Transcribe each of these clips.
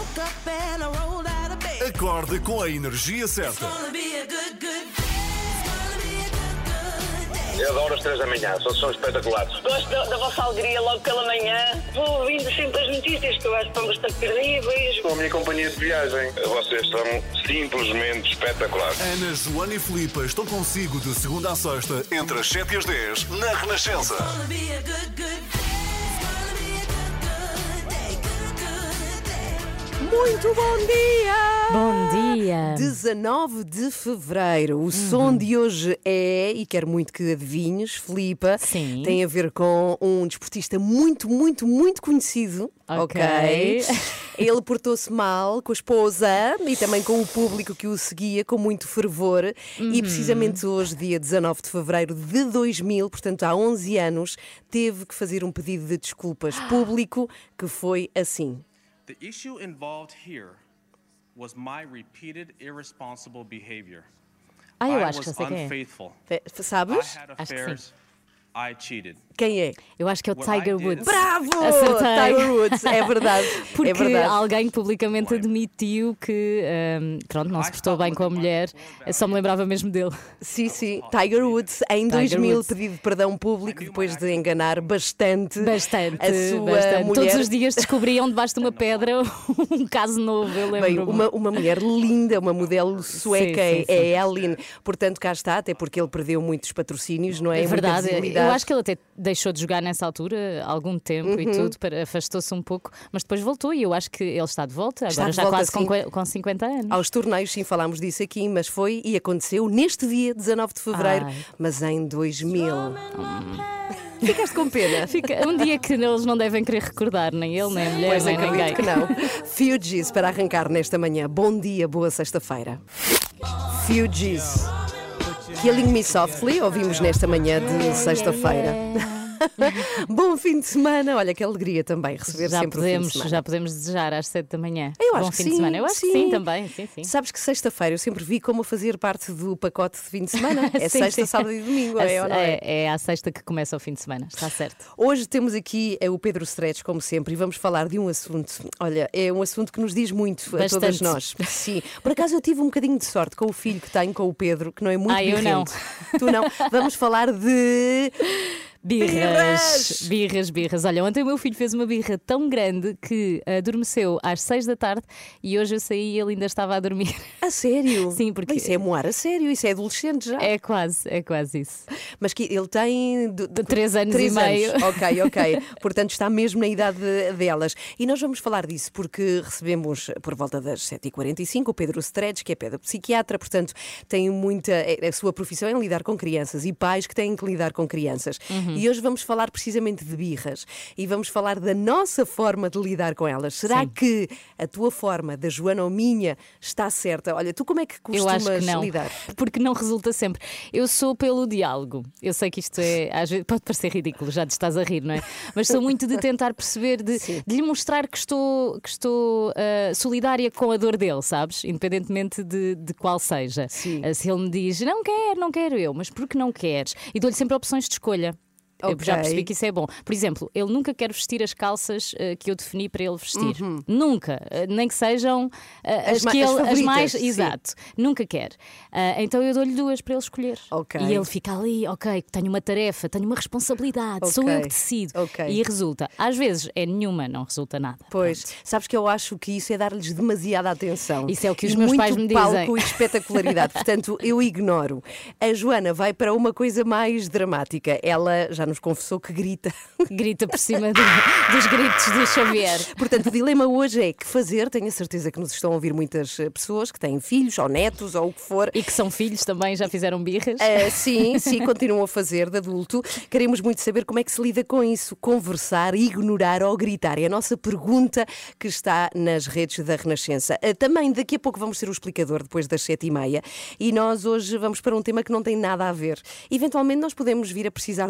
Acorde com a energia certa. Eu adoro as 3 da manhã, são espetaculares. Gosto da vossa alegria logo pela manhã. Vou ouvindo sempre as notícias que eu acho que estão bastante terríveis. Com a minha companhia de viagem. Vocês são simplesmente espetaculares. Ana, Joana e Filipe estão consigo de segunda a sexta, entre as 7 e as 10, na Renascença. Muito bom dia! Bom dia! 19 de fevereiro. O som de hoje é, e quero muito que adivinhes, Filipa, Sim. tem a ver com um desportista muito conhecido. Ok. Ele portou-se mal com a esposa e também com o público que o seguia com muito fervor. E precisamente hoje, dia 19 de fevereiro de 2000, portanto há 11 anos, teve que fazer um pedido de desculpas público que foi assim. The issue involved here was my repeated irresponsible behavior. Eu I acho que was eu sei quem é. unfaithful. Sabes? I had Acho que sim. affairs. I cheated. Quem é? Eu acho que é o What I Tiger did- Woods. Bravo! Acertei. Tiger Woods, é verdade. Porque é verdade. alguém publicamente admitiu que não se portou bem com a mulher. Eu só me lembrava mesmo dele. Sim, Tiger Woods em Tiger 2000 Woods. pedido perdão público depois de enganar bastante a sua bastante. mulher. Todos os dias descobriam debaixo de uma pedra um caso novo, eu Bem, lembro. uma mulher linda, uma modelo sueca, Sim, sim, sim. é Ellen. Portanto, cá está, até porque ele perdeu muitos patrocínios, não é? É verdade, Muita eu visibilidade. acho que ele até deixou de jogar nessa altura algum tempo e tudo, afastou-se um pouco, mas depois voltou e eu acho que ele está de volta, Está agora de já volta, quase sim. com 50 anos. Aos torneios, sim, falámos disso aqui, mas foi e aconteceu neste dia, 19 de fevereiro, Ai. mas em 2000. Ficaste com pena? Fica um dia que eles não devem querer recordar, nem ele, nem a mulher, Pois nem acredito ninguém. que não. Fugees para arrancar nesta manhã. Bom dia, boa sexta-feira. Fugees. Killing Me Softly, ouvimos nesta manhã de sexta-feira. Bom fim de semana. Olha que alegria também receber sempre o fim de semana. Já podemos desejar às 7 da manhã. Eu acho Bom que fim sim, de semana. Eu acho que sim também. Sim. Sabes que sexta-feira eu sempre vi como a fazer parte do pacote de fim de semana. É Sim, sexta, sim. sábado e domingo, é ou não é? É à sexta que começa o fim de semana, está certo. Hoje temos aqui o Pedro Stretch, como sempre, e vamos falar de um assunto. Olha, é um assunto que nos diz muito a todas Bastante. nós. Sim. Por acaso eu tive um bocadinho de sorte com o filho que tenho, com o Pedro, que não é muito eu não. birrento. Tu não. Vamos falar de... Birras. Olha, ontem o meu filho fez uma birra tão grande que adormeceu às 6 da tarde e hoje eu saí e ele ainda estava a dormir. A sério? Sim, porque- Isso é moar a sério, isso é adolescente já. É quase isso. Mas que ele tem... 3 anos Três e meio. anos. Ok. Portanto, está mesmo na idade delas. E nós vamos falar disso porque recebemos, por volta das 7h45, o Pedro Stretch, que é pedopsiquiatra, portanto, tem muita... A sua profissão é lidar com crianças e pais que têm que lidar com crianças. E hoje vamos falar precisamente de birras e vamos falar da nossa forma de lidar com elas. Será que a tua forma, da Joana ou minha, está certa? Olha, tu como é que Eu costumas acho que não, lidar? porque não resulta sempre. Eu sou pelo diálogo. Eu sei que isto às vezes pode parecer ridículo, já te estás a rir, não é? Mas sou muito de tentar perceber, de lhe mostrar que estou solidária com a dor dele, sabes? Independentemente de qual seja. Sim. Se ele me diz, não quero eu, mas por que não queres? E dou-lhe sempre opções de escolha. Eu já Ok. percebi que isso é bom. Por exemplo, ele nunca quer vestir as calças que eu defini para ele vestir. Nunca. Nem que sejam as ma- que as ele. As favoritas, mais. sim. Exato. Nunca quer. Então eu dou-lhe 2 para ele escolher. Ok. E ele fica ali, ok, tenho uma tarefa, tenho uma responsabilidade, sou Ok. eu que decido. Ok. E resulta. Às vezes é nenhuma, não resulta nada. Pois, Pronto. sabes que eu acho que isso é dar-lhes demasiada atenção. Isso é o que os E meus muito pais me palco dizem. e espetacularidade. Portanto, eu ignoro. A Joana vai para uma coisa mais dramática. Ela já nos confessou que grita. Grita por cima dos gritos de Xavier. Portanto, o dilema hoje é que fazer. Tenho a certeza que nos estão a ouvir muitas pessoas que têm filhos ou netos ou o que for. E que são filhos também, já fizeram birras. Sim, continuam a fazer de adulto. Queremos muito saber como é que se lida com isso. Conversar, ignorar ou gritar. É a nossa pergunta que está nas redes da Renascença. Também daqui a pouco vamos ter o explicador depois das 7h30. E nós hoje vamos para um tema que não tem nada a ver. Eventualmente nós podemos vir a precisar de um médico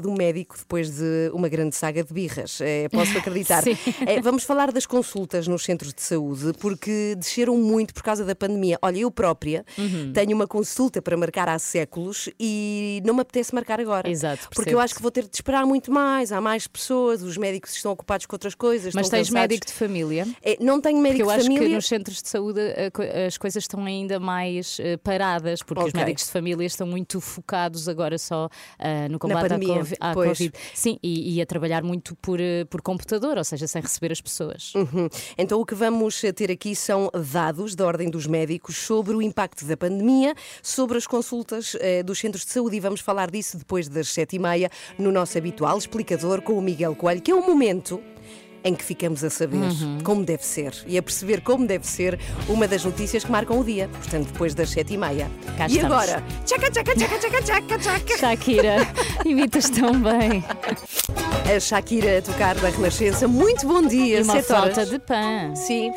médico depois de uma grande saga de birras, posso acreditar. Sim. Vamos falar das consultas nos centros de saúde, porque desceram muito por causa da pandemia. Olha, eu própria tenho uma consulta para marcar há séculos e não me apetece marcar agora. Exato, porque percebo-te. eu acho que vou ter de esperar muito mais, há mais pessoas, os médicos estão ocupados com outras coisas. Mas estão tens cansados. médico de família? Não tenho Porque médico eu de acho família. que nos centros de saúde as coisas estão ainda mais paradas, porque os Ok. médicos de família estão muito focados agora só no combate pandemia, à pois. Covid. Sim, e a trabalhar muito por computador, ou seja, sem receber as pessoas. Então o que vamos ter aqui são dados da Ordem dos Médicos sobre o impacto da pandemia, sobre as consultas dos centros de saúde, e vamos falar disso depois das 7h30 no nosso habitual explicador com o Miguel Coelho, que é o momento em que ficamos a saber como deve ser e a perceber como deve ser uma das notícias que marcam o dia, portanto depois das 7h30. Cá E estamos. agora? Tchaca, tchaca, tchaca, tchaca, tchaca, tchaca. Shakira, imitas tão bem. A Shakira a tocar da Renascença. Muito bom dia, E uma 7 horas. flauta de pão. Sim.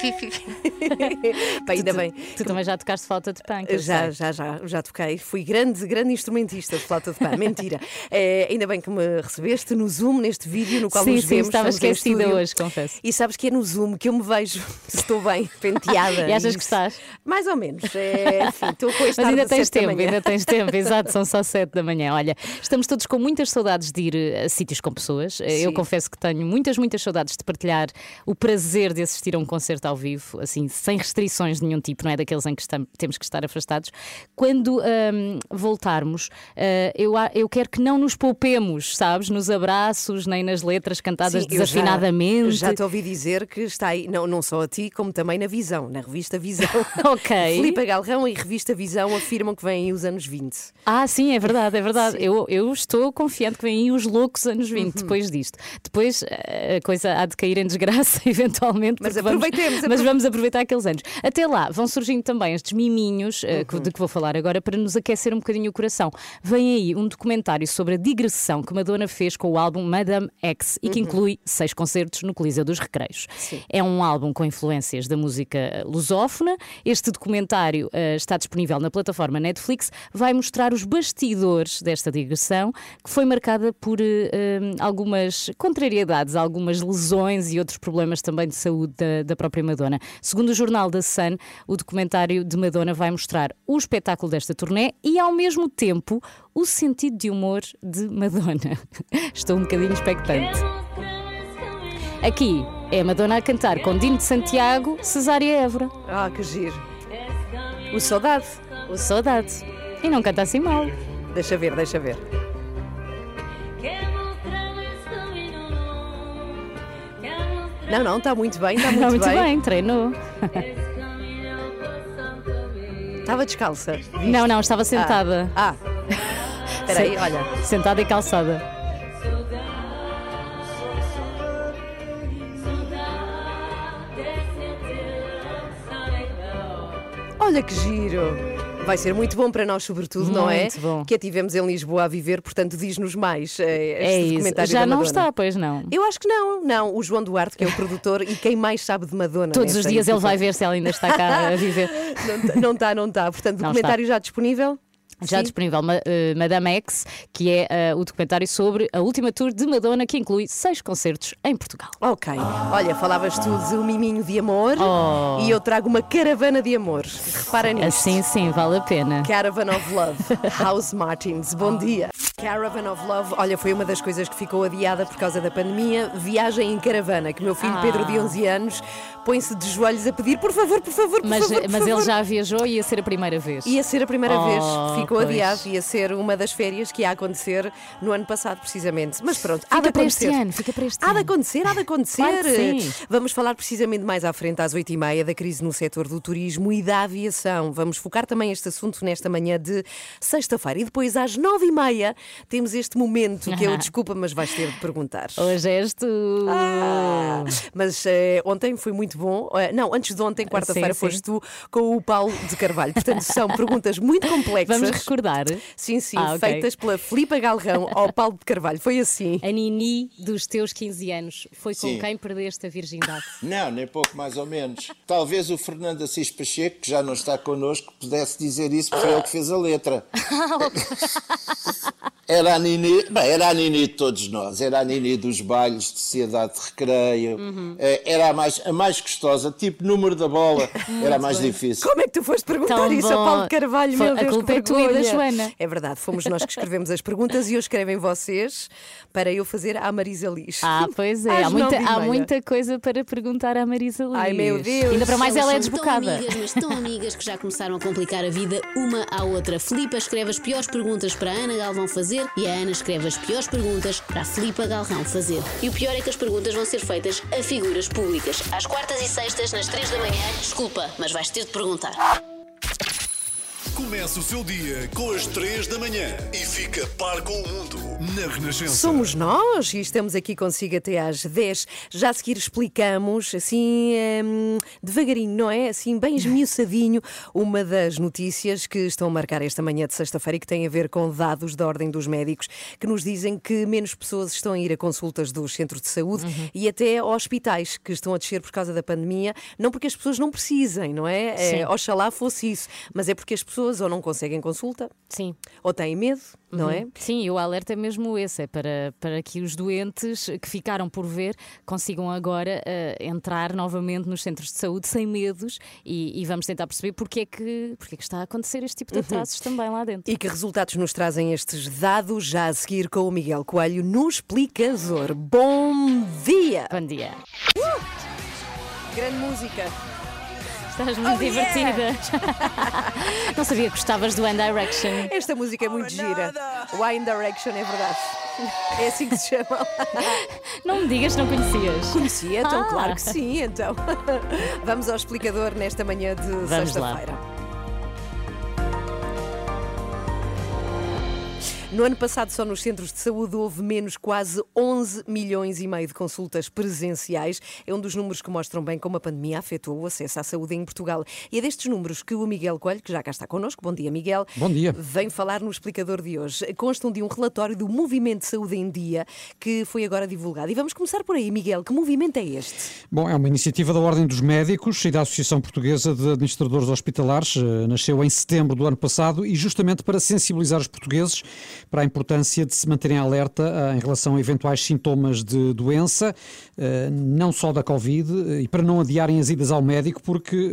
Bem, ainda bem. Tu também já tocaste flauta de pão, que eu sei. Já toquei. Fui grande instrumentista de flauta de pão. Mentira. Ainda bem que me recebeste no Zoom, neste vídeo no qual Sim, nos sim, vemos. estava estamos em esquecida estúdio. hoje, confesso. E sabes que é no Zoom que eu me vejo se estou bem, penteada. E achas que estás? Mais ou menos. Enfim, estou com este Mas ar ainda de tens 7 da tempo, manhã. ainda tens tempo, exato, são só 7 da manhã. Olha, estamos todos com muitas saudades de ir a sítios com pessoas. Eu confesso que tenho muitas saudades de partilhar o prazer de assistir a um concerto ao vivo, assim, sem restrições de nenhum tipo, não é daqueles em que temos que estar afastados. Quando voltarmos, eu quero que não nos poupemos, sabes, nos abraços, nem nas letras cantadas Sim, eu desafinadamente. Já te ouvi dizer que está aí, não só a ti, como também na Visão, na revista Visão. Ok. Filipe Galrão e revista Visão afirmam que vêm aí os anos 20. Ah, sim, é verdade, é verdade. Eu estou confiante que vêm aí os loucos anos 20 depois disto. Depois a coisa há de cair em desgraça, eventualmente. Mas porque aproveitemos. Mas vamos aproveitar aqueles anos. Até lá vão surgindo também estes miminhos de que vou falar agora para nos aquecer um bocadinho o coração. Vem aí um documentário sobre a digressão que Madonna fez com o álbum Madame X e que inclui 6 concertos no Coliseu dos Recreios. Sim. É um álbum com influências da música lusófona. Este documentário está disponível na plataforma Netflix. Vai mostrar os bastidores desta digressão, que foi marcada por algumas contrariedades, algumas lesões e outros problemas também de saúde da própria Madonna. Segundo o jornal da Sun, o documentário de Madonna vai mostrar o espetáculo desta turnê e, ao mesmo tempo, o sentido de humor de Madonna. Estou um bocadinho expectante. Aqui é a Madonna a cantar com Dino de Santiago, Cesária Évora. Ah, que giro. O Saudade. O Saudade. E não canta assim mal. Deixa ver. Não, está muito bem, está Está muito muito bem. bem, treinou. Estava descalça. Não, estava sentada. Espera aí, olha. Sentada e calçada. Olha que giro. Vai ser muito bom para nós, sobretudo, não é? Muito bom. Que a tivemos em Lisboa a viver, portanto, diz-nos mais. É Este isso. documentário Já da não Madonna. está, pois não. Eu acho que não. O João Duarte, que é o produtor e quem mais sabe de Madonna. Todos os nesta dias ele equipa. vai ver se ela ainda está cá a viver. Não está. Portanto, Não documentário já disponível? Já Sim. disponível Madame X, que é o documentário sobre a última tour de Madonna, que inclui 6 concertos em Portugal. Ok. Olha, falavas tu de um miminho de amor e eu trago uma caravana de amor. Repara nisto. Assim sim, vale a pena. Caravan of Love, House Martins, bom dia. Caravan of Love, olha, foi uma das coisas que ficou adiada por causa da pandemia. Viagem em caravana, que o meu filho Pedro, de 11 anos, põe-se de joelhos a pedir, por favor. Mas favor. ele já viajou e ia ser a primeira vez. Ia ser a primeira vez, ficou pois. adiado, ia ser uma das férias que ia acontecer no ano passado, precisamente. Mas pronto, há de Fica para este acontecer. ano, fica para este Há de ano. acontecer, há de acontecer. Claro que sim. Vamos falar precisamente mais à frente, às 8h30, da crise no setor do turismo e da aviação. Vamos focar também este assunto nesta manhã de sexta-feira. E depois, às 9h30, temos este momento que eu, desculpa, mas vais ter de perguntar. Hoje és tu. Mas ontem foi muito bom. Não, antes de ontem, quarta-feira, Sim. foste tu com o Paulo de Carvalho. Portanto, são perguntas muito complexas. Vamos recordar. Sim, Ok. feitas pela Filipa Galrão ao Paulo de Carvalho. Foi assim. A Nini dos teus 15 anos foi com Sim. quem perdeste a virgindade? Não, nem pouco mais ou menos. Talvez o Fernando Assis Pacheco, que já não está connosco, pudesse dizer isso porque foi ele que fez a letra. Era a Nini, era a Nini de todos nós, era a Nini dos bailes de sociedade de recreio, era a mais gostosa, tipo número da bola, era a mais difícil. Como é que tu foste perguntar Tão isso bom. a Paulo Carvalho? Meu Deus, A culpa que é tua e da vergonha. Joana. É verdade, fomos nós que escrevemos as perguntas e hoje escrevem vocês para eu fazer à Marisa Liz. Pois é, Às há 9h30. muita coisa para perguntar à Marisa Liz. Ai, meu Deus. Ainda para mais ela é Elas são desbocada. Tão amigas, mas tão amigas que já começaram a complicar a vida uma à outra. Filipa escreve as piores perguntas para a Ana Galvão fazer e a Ana escreve as piores perguntas para a Filipa Galrão fazer. E o pior é que as perguntas vão ser feitas a figuras públicas. Às quartas e sextas, nas 3 da manhã. Desculpa, mas vais ter de perguntar. Começa o seu dia com as 3 da manhã e fica par com o mundo na Renascença. Somos nós e estamos aqui consigo até às 10. Já a seguir explicamos, assim, devagarinho, não é? Assim, bem esmiuçadinho, uma das notícias que estão a marcar esta manhã de sexta-feira e que tem a ver com dados da Ordem dos Médicos que nos dizem que menos pessoas estão a ir a consultas dos centros de saúde e até hospitais que estão a descer por causa da pandemia, não porque as pessoas não precisem, não é? Sim. Oxalá fosse isso, mas é porque as pessoas ou não conseguem consulta Sim. ou têm medo, não é? Sim, e o alerta é mesmo esse, é para que os doentes que ficaram por ver consigam agora entrar novamente nos centros de saúde sem medos e vamos tentar perceber porque é que está a acontecer este tipo de atrasos também lá dentro. E que resultados nos trazem estes dados já a seguir com o Miguel Coelho no Explicador. Bom dia! Bom dia. Grande música. Estás muito divertida. Não sabia que gostavas do One Direction. Esta música é muito gira. One Direction, é verdade. É assim que se chama. Não me digas que não conhecias. Conhecia, então, Ah. claro que sim. Então, vamos ao Explicador nesta manhã de Vamos lá. sexta-feira. No ano passado, só nos centros de saúde houve menos quase 11 milhões e meio de consultas presenciais. É um dos números que mostram bem como a pandemia afetou o acesso à saúde em Portugal. E é destes números que o Miguel Coelho, que já cá está connosco, bom dia, Miguel, Bom dia. vem falar no Explicador de hoje. Constam de um relatório do Movimento de Saúde em Dia, que foi agora divulgado. E vamos começar por aí, Miguel. Que movimento é este? Bom, é uma iniciativa da Ordem dos Médicos e da Associação Portuguesa de Administradores Hospitalares. Nasceu em setembro do ano passado e justamente para sensibilizar os portugueses para a importância de se manterem alerta em relação a eventuais sintomas de doença, não só da Covid, e para não adiarem as idas ao médico, porque,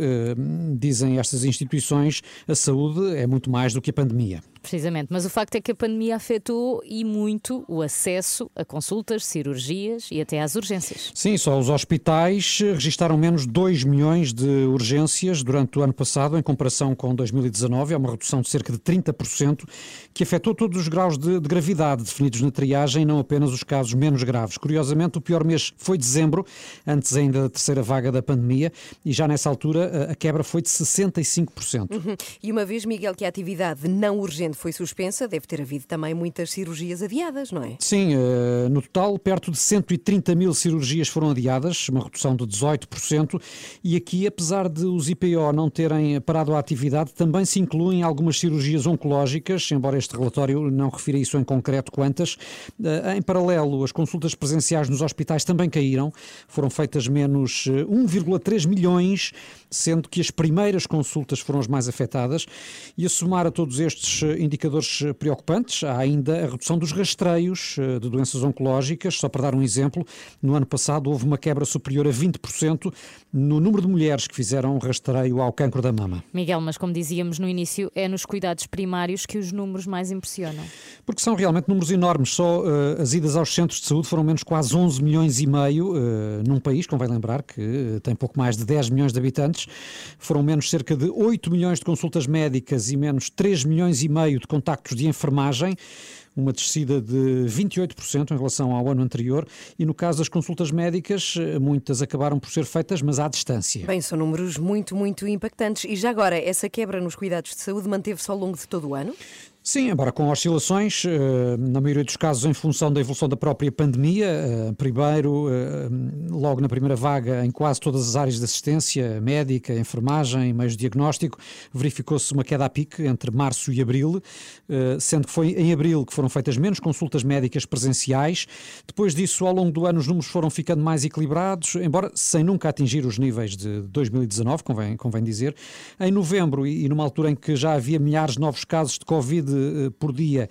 dizem estas instituições, a saúde é muito mais do que a pandemia. Precisamente, mas o facto é que a pandemia afetou e muito o acesso a consultas, cirurgias e até às urgências. Sim, só os hospitais registaram menos 2 milhões de urgências durante o ano passado, em comparação com 2019. É uma redução de cerca de 30%, que afetou todos os graus de gravidade definidos na triagem, não apenas os casos menos graves. Curiosamente, o pior mês foi dezembro, antes ainda da terceira vaga da pandemia, e já nessa altura a quebra foi de 65%. E uma vez, Miguel, que a atividade não urgente foi suspensa, deve ter havido também muitas cirurgias adiadas, não é? Sim, no total, perto de 130 mil cirurgias foram adiadas, uma redução de 18%, e aqui, apesar de os IPO não terem parado a atividade, também se incluem algumas cirurgias oncológicas, embora este relatório não refira isso em concreto quantas. Em paralelo, as consultas presenciais nos hospitais também caíram, foram feitas menos 1,3 milhões, sendo que as primeiras consultas foram as mais afetadas, e a somar a todos estes indicadores preocupantes, há ainda a redução dos rastreios de doenças oncológicas. Só para dar um exemplo, no ano passado houve uma quebra superior a 20% no número de mulheres que fizeram rastreio ao cancro da mama. Miguel, mas como dizíamos no início, é nos cuidados primários que os números mais impressionam. Porque são realmente números enormes. Só as idas aos centros de saúde foram menos quase 11 milhões e meio num país, convém lembrar, que tem pouco mais de 10 milhões de habitantes. Foram menos cerca de 8 milhões de consultas médicas e menos 3 milhões e meio de contactos de enfermagem, uma descida de 28% em relação ao ano anterior, e no caso das consultas médicas, muitas acabaram por ser feitas, mas à distância. Bem, são números muito, muito impactantes. E já agora, essa quebra nos cuidados de saúde manteve-se ao longo de todo o ano? Sim, embora com oscilações, na maioria dos casos em função da evolução da própria pandemia. Primeiro, logo na primeira vaga, em quase todas as áreas de assistência médica, enfermagem, meios de diagnóstico, verificou-se uma queda a pique entre março e abril, sendo que foi em abril que foram feitas menos consultas médicas presenciais. Depois disso, ao longo do ano, os números foram ficando mais equilibrados, embora sem nunca atingir os níveis de 2019, convém dizer. Em novembro, e numa altura em que já havia milhares de novos casos de Covid por dia,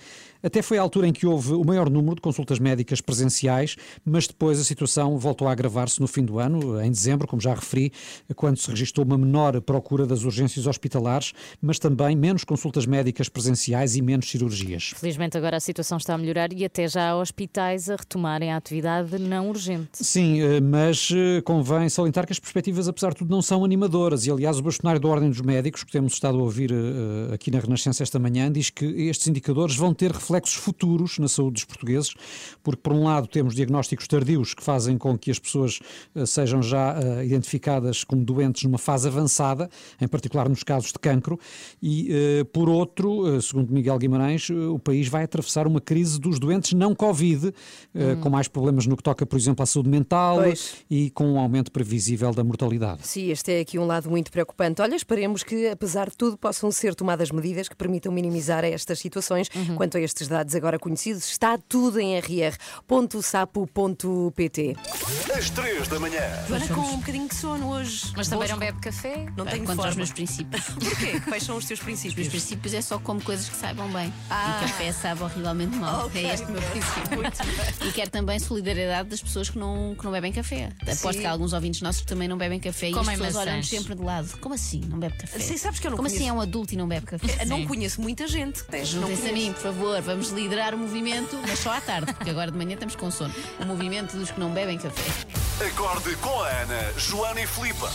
Até foi a altura em que houve o maior número de consultas médicas presenciais, mas depois a situação voltou a agravar-se no fim do ano, em dezembro, como já referi, quando se registrou uma menor procura das urgências hospitalares, mas também menos consultas médicas presenciais e menos cirurgias. Felizmente agora a situação está a melhorar e até já há hospitais a retomarem a atividade não urgente. Sim, mas convém salientar que as perspectivas, apesar de tudo, não são animadoras. E, aliás, o bastonário da Ordem dos Médicos, que temos estado a ouvir aqui na Renascença esta manhã, diz que estes indicadores vão ter reflexos futuros na saúde dos portugueses, porque, por um lado, temos diagnósticos tardios que fazem com que as pessoas sejam já identificadas como doentes numa fase avançada, em particular nos casos de cancro, e, por outro, segundo Miguel Guimarães, o país vai atravessar uma crise dos doentes não Covid, com mais problemas no que toca, por exemplo, à saúde mental e com um aumento previsível da mortalidade. Sim, este é aqui um lado muito preocupante. Olha, esperemos que, apesar de tudo, possam ser tomadas medidas que permitam minimizar estas situações. Quanto a estes dados agora conhecidos, está tudo em rr.sapo.pt. Às 3 da manhã. Joana, com um bocadinho de sono hoje. Mas também não bebe café? Não tenho Contra forma. os meus princípios. Porquê? Quais são os teus Os meus princípios? princípios é só como coisas que saibam bem. E café sabe horrivelmente mal. Ok. É este o meu princípio. E quero também solidariedade das pessoas que não bebem café. Aposto que há alguns ouvintes nossos que também não bebem café Comem e as pessoas maçãs. olham sempre de lado. Como assim não bebe café? Sim, sabes que eu não Como conheço. assim é um adulto e não bebe café? Não conheço muita gente. Juntem-se a mim, por favor, vamos liderar o movimento, mas só à tarde, porque agora de manhã estamos com sono. O movimento dos que não bebem café. Acorde com a Ana, Joana e Filipe.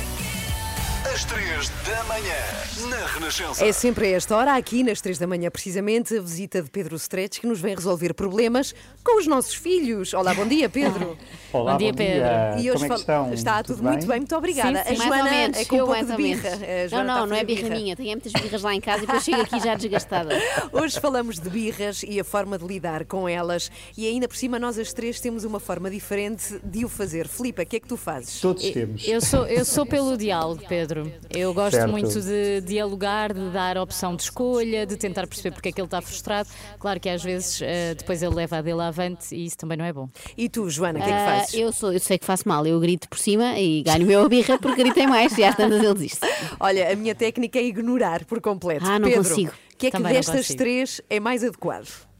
Às 3 da manhã, na Renascença. É sempre a esta hora, aqui nas 3 da manhã, precisamente, a visita de Pedro Stretch, que nos vem resolver problemas com os nossos filhos. Olá, bom dia, Pedro. Olá, Bom dia, Pedro. E hoje Como é que estão? está tudo muito bem, muito obrigada. Sim, A mais ou Joana menos. é com um Eu pouco mais de ou menos. birra. A Joana está Não a é fazer birra minha. Tenho muitas birras lá em casa e depois chego aqui já desgastada. Hoje falamos de birras e a forma de lidar com elas. E ainda por cima, nós as três temos uma forma diferente de o fazer. Filipe, o que é que tu fazes? Todos temos. Eu sou pelo diálogo, Pedro. Eu gosto Certo. muito de dialogar, de dar opção de escolha, de tentar perceber porque é que ele está frustrado. Claro que às vezes depois ele leva a dele avante e isso também não é bom. E tu, Joana, o que é que fazes? Eu sei que faço mal, eu grito por cima e ganho o meu birra porque gritei mais e às tantas ele desiste. Olha, a minha técnica é ignorar por completo. Ah, não Pedro, consigo. o que é que Também não destas consigo. três é mais adequado?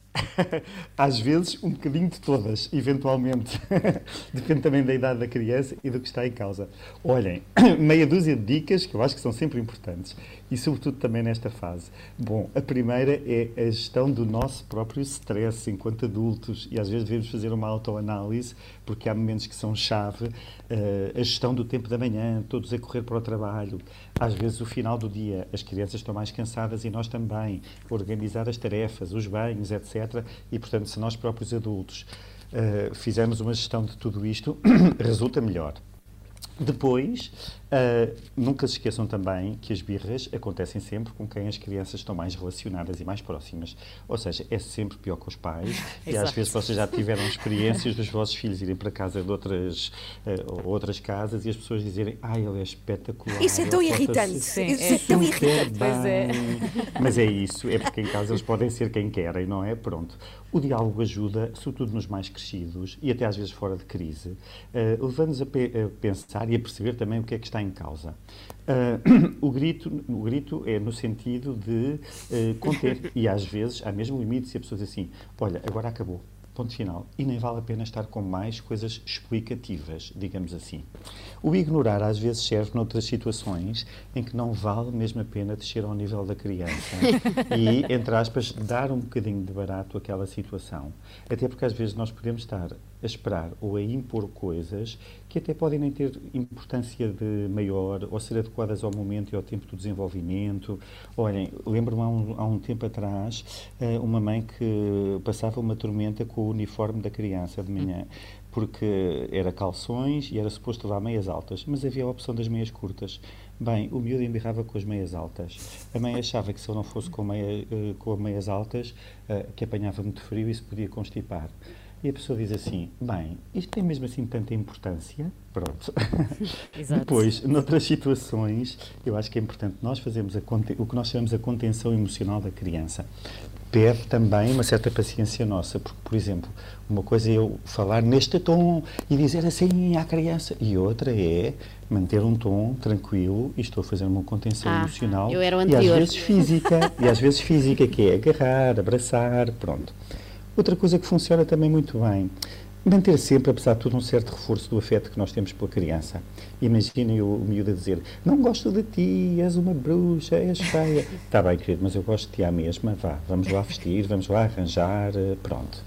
Às vezes, um bocadinho de todas, eventualmente. Depende também da idade da criança e do que está em causa. Olhem, meia dúzia de dicas que eu acho que são sempre importantes e, sobretudo, também nesta fase. Bom, a primeira é a gestão do nosso próprio stress enquanto adultos e às vezes devemos fazer uma autoanálise porque há momentos que são chave. A gestão do tempo da manhã, todos a correr para o trabalho. Às vezes, o final do dia, as crianças estão mais cansadas e nós também. Organizar as tarefas, os banhos, etc. E, portanto, se nós próprios adultos fizermos uma gestão de tudo isto, resulta melhor. Depois, nunca se esqueçam também que as birras acontecem sempre com quem as crianças estão mais relacionadas e mais próximas. Ou seja, é sempre pior que os pais. E às vezes vocês já tiveram experiências dos vossos filhos irem para casa de outras casas e as pessoas dizerem: ele é espetacular. Isso é tão ele porta-se irritante. Sim, Isso é é tão super irritante. Pois é. bem." Mas é isso, é porque em casa eles podem ser quem querem, não é? Pronto. O diálogo ajuda, sobretudo nos mais crescidos e até às vezes fora de crise, levando-nos a pensar e a perceber também o que é que está em causa. O grito é no sentido de conter e às vezes há mesmo limites e a pessoa diz assim: olha, agora acabou. Ponto final. E nem vale a pena estar com mais coisas explicativas, digamos assim. O ignorar às vezes serve noutras situações em que não vale mesmo a pena descer ao nível da criança e, entre aspas, dar um bocadinho de barato àquela situação. Até porque às vezes nós podemos estar a esperar ou a impor coisas que até podem nem ter importância de maior ou ser adequadas ao momento e ao tempo do desenvolvimento. Olhem, lembro-me há um tempo atrás uma mãe que passava uma tormenta com o uniforme da criança de manhã, porque era calções e era suposto levar meias altas, mas havia a opção das meias curtas. Bem, o miúdo embirrava com as meias altas. A mãe achava que se ele não fosse com meias altas, que apanhava muito frio e se podia constipar. E a pessoa diz assim, bem, isto tem mesmo assim tanta importância? Pronto. Exato. Depois, noutras situações, eu acho que é importante nós fazermos o que nós chamamos a contenção emocional da criança. Pede também uma certa paciência nossa, porque, por exemplo, uma coisa é eu falar neste tom e dizer assim à criança, e outra é manter um tom tranquilo e estou a fazer uma contenção emocional eu era o e anterior. às vezes física, que é agarrar, abraçar, pronto. Outra coisa que funciona também muito bem, manter sempre, apesar de tudo, um certo reforço do afeto que nós temos pela criança. Imaginem o miúdo a dizer, não gosto de ti, és uma bruxa, és feia. Está bem, querido, mas eu gosto de ti à mesma, vá, vamos lá vestir, vamos lá arranjar, pronto.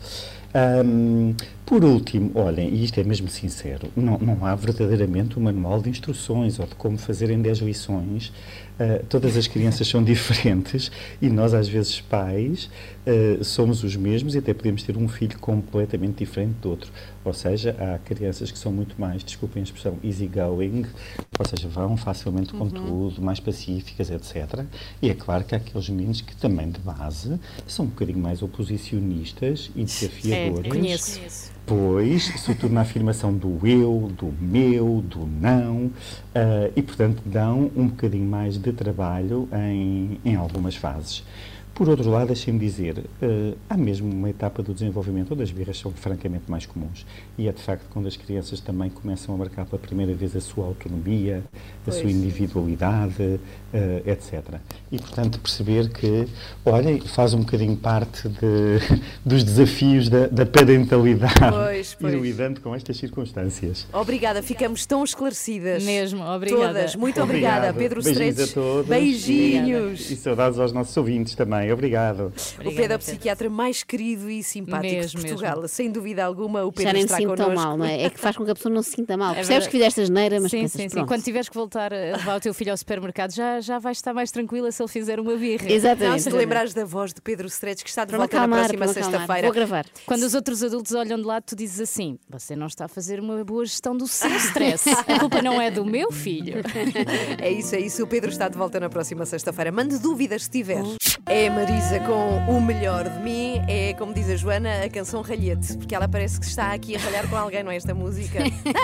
Por último, olhem, e isto é mesmo sincero, não há verdadeiramente um manual de instruções ou de como fazer em 10 lições. Todas as crianças são diferentes e nós, às vezes, pais, somos os mesmos e até podemos ter um filho completamente diferente do outro. Ou seja, há crianças que são muito mais, desculpem a expressão, easygoing, ou seja, vão facilmente com tudo, mais pacíficas, etc. E é claro que há aqueles meninos que também, de base, são um bocadinho mais oposicionistas e desafiadores. Conheço. Pois, sobretudo na afirmação do eu, do meu, do não, e, portanto, dão um bocadinho mais de trabalho em algumas fases. Por outro lado, deixem-me dizer, há mesmo uma etapa do desenvolvimento onde as birras são francamente mais comuns. E é de facto quando as crianças também começam a marcar pela primeira vez a sua autonomia, a sua individualidade, etc. E, portanto, perceber que, olhem, faz um bocadinho parte dos desafios da parentalidade e lidando com estas circunstâncias. Obrigada, ficamos tão esclarecidas. Mesmo, obrigada. Todas, muito obrigada, Pedro Beijinhos Stretes. a todos. Beijinhos. E saudades aos nossos ouvintes também. Obrigado. O Pedro é o psiquiatra mais querido e simpático de Portugal. Sem dúvida alguma, o Pedro Já nem está se sinta connosco. mal, não é? É que faz com que a pessoa não se sinta mal. Percebes que fizeste asneira, mas sim, pensas, sim. pronto. Quando tiveres que voltar a levar o teu filho ao supermercado, já vais estar mais tranquila se ele fizer uma birra. Exatamente. Não, se te lembrares da voz de Pedro Stretes, que está de Para volta me na acalmar, próxima para me acalmar. sexta-feira. Vou gravar. Quando os outros adultos olham de lado, tu dizes assim: você não está a fazer uma boa gestão do seu stress. A culpa não é do meu filho. É isso. O Pedro está de volta na próxima sexta-feira. Mande dúvidas se tiver. É a Marisa com O Melhor de Mim. É, como diz a Joana, a canção ralhete. Porque ela parece que está aqui a ralhar com alguém, não é esta música?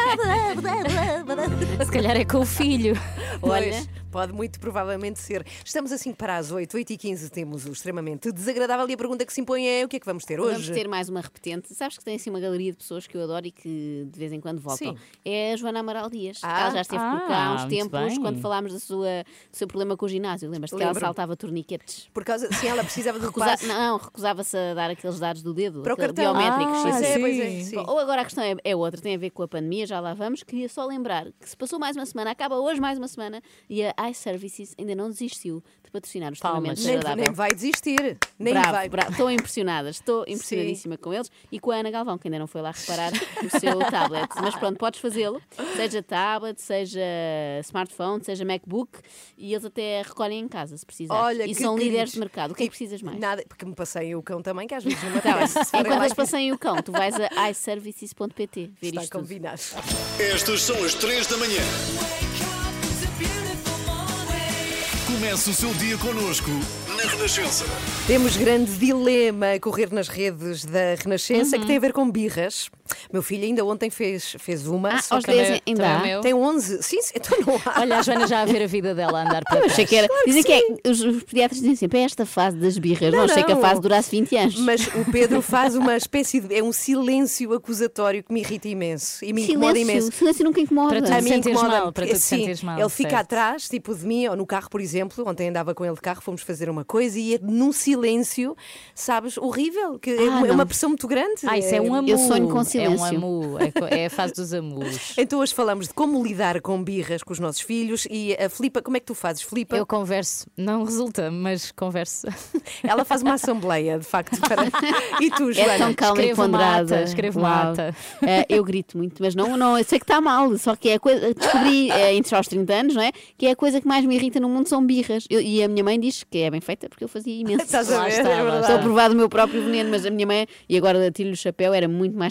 Se calhar é com o filho. Olha, pode muito provavelmente ser. Estamos assim para as 8h15 temos o extremamente desagradável e a pergunta que se impõe é o que é que vamos ter hoje? Vamos ter mais uma repetente. Sabes que tem assim uma galeria de pessoas que eu adoro e que de vez em quando voltam. Sim. É a Joana Amaral Dias. Ela já esteve por cá há uns muito tempos bem. quando falámos do seu problema com o ginásio. Lembras-te que ela Lembro-me. saltava torniquetes? Por causa, sim, ela precisava de passe. Recusava-se a dar aqueles dados do dedo, Para o aquele cartão. biométricos. Pois sim, é, sim. pois é, sim. Ou agora a questão é outra, tem a ver com a pandemia, já lá vamos. Queria só lembrar que se passou mais uma semana, acaba hoje mais uma semana e a iServices ainda não desistiu de patrocinar o extremamente Nem desagradável. vai desistir. Nem Bravo, vai. bravo. Estou impressionada, estou impressionadíssima com eles e com a Ana Galvão, que ainda não foi lá reparar o seu tablet. Mas pronto, podes fazê-lo, seja tablet, seja smartphone, seja MacBook, e eles até recolhem em casa, se precisares. Olha, e que são líderes queridos. de mercado. O que é que precisas mais? Nada, porque me passei o cão também, que às vezes não me Tá bem. apetece. Se forem Enquanto lá eles passem o cão, tu vais a iServices.pt ver Está isto tudo. combinado. Estas são as 3 da manhã. Comece o seu dia connosco na Renascença. Temos grande dilema a correr nas redes da Renascença que tem a ver com birras. Meu filho ainda ontem fez uma. só aos que 10 ainda há? meu. tem 11. Sim, então não há. Olha, a Joana já a ver a vida dela a andar para Achei trás. que era. Dizem que os pediatras dizem sempre: é esta fase das birras. Não, achei que a não. fase durasse 20 anos. Mas o Pedro faz uma espécie de. É um silêncio acusatório que me irrita imenso. E me incomoda imenso. Silêncio nunca incomoda. Para tu A te mim sentires incomoda-me, mal, para porque, tu te assim, sentires mal, ele fica certo. atrás, tipo de mim, ou no carro, por exemplo. Ontem andava com ele de carro, fomos fazer uma coisa e é num silêncio, sabes, horrível, que é não. uma pressão muito grande. Isso é um amu. Eu sonho com É um silêncio. amu. É a fase dos amus. Então hoje falamos de como lidar com birras com os nossos filhos e a Filipa, como é que tu fazes, Filipa? Eu converso, não resulta, mas converso. Ela faz uma assembleia, de facto. Para... E tu, Joana? É tão calma e Escrevo ponderada. mata, escrevo Uau. mata. Eu grito muito, mas não, eu sei que está mal, só que é a coisa, descobri entre aos 30 anos, não é? Que é a coisa que mais me irrita no mundo são birras. E a minha mãe diz que é bem feita porque eu fazia imenso. Estás a Lá ver, está, é lá verdade. Estou a provar do meu próprio veneno, mas a minha mãe, e agora tiro-lhe o chapéu, era muito mais calma do que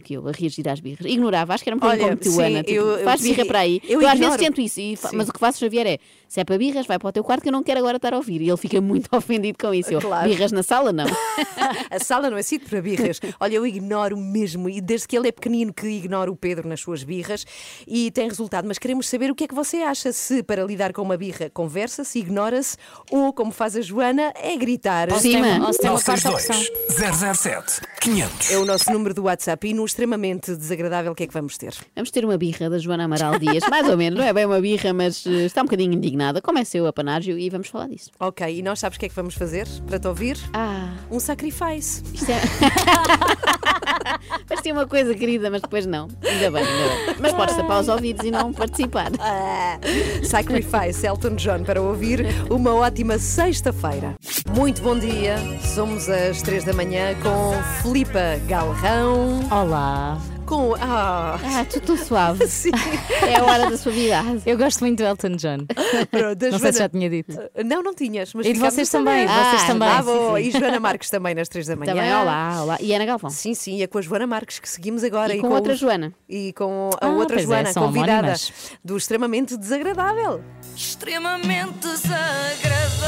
que eu a reagir às birras. Ignorava, acho que era um bocadinho como tu, sim, Ana. Tipo, faz birra para aí. Eu às vezes tento isso, mas o que faço, Xavier, é se é para birras, vai para o teu quarto que eu não quero agora estar a ouvir. E ele fica muito ofendido com isso. Claro. Birras na sala, não. A sala não é sítio para birras. Olha, eu ignoro mesmo, e desde que ele é pequenino que ignoro o Pedro nas suas birras e tem resultado. Mas queremos saber o que é que você acha, se para lidar com uma birra conversa-se, ignora-se, ou como faz a Joana, é gritar. Ou tem uma quarta opção. 007 500. É o nosso número do WhatsApp. E no extremamente desagradável, o que é que vamos ter? Vamos ter uma birra da Joana Amaral Dias, mais ou menos, não é bem uma birra, mas está um bocadinho indignada. Como é seu apanágio e vamos falar disso. Ok, e nós sabes o que é que vamos fazer para te ouvir? Um sacrifice. Isto é... Parecia uma coisa querida, mas depois não. Ainda bem. Mas podes tapar os ouvidos e não participar. Sacrifice, Elton John, para ouvir uma ótima sexta-feira. Muito bom dia, somos às 3 da manhã com Filipa Galrão. Olá. Com. Tu tão suave. Sim. É a hora da suavidade. Eu gosto muito do Elton John. Pronto, não sei se já tinha dito. Não tinhas. Mas e de vocês também. Vocês também. Bom. E Joana Marques também nas 3 da manhã. Também, olá. E Ana Galvão. Sim, e é com a Joana Marques que seguimos agora. E com outra Joana. E com a outra Joana, convidada anónimas. Do Extremamente Desagradável. Extremamente desagradável.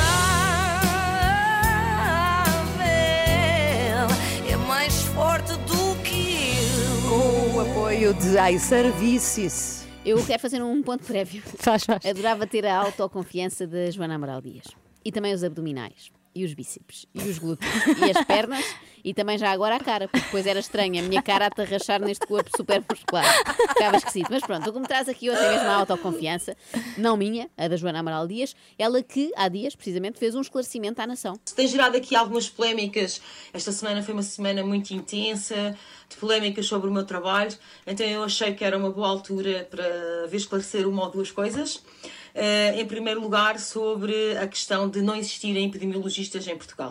É mais forte do que eu. Com o apoio de iServices. Eu quero fazer um ponto prévio. Faz. Adorava ter a autoconfiança da Joana Amaral Dias. E também os abdominais. E os bíceps. E os glúteos. E as pernas. E também já agora a cara. Porque depois era estranho a minha cara a atarrachar neste corpo super muscular. Ficava esquisito. Mas pronto, o que me traz aqui hoje é mesmo a autoconfiança. Não minha, a da Joana Amaral Dias. Ela que há dias, precisamente, fez um esclarecimento à nação. Tem gerado aqui algumas polémicas. Esta semana foi uma semana muito intensa, de polémicas sobre o meu trabalho. Então eu achei que era uma boa altura para vir esclarecer uma ou duas coisas. Em primeiro lugar, sobre a questão de não existirem epidemiologistas em Portugal.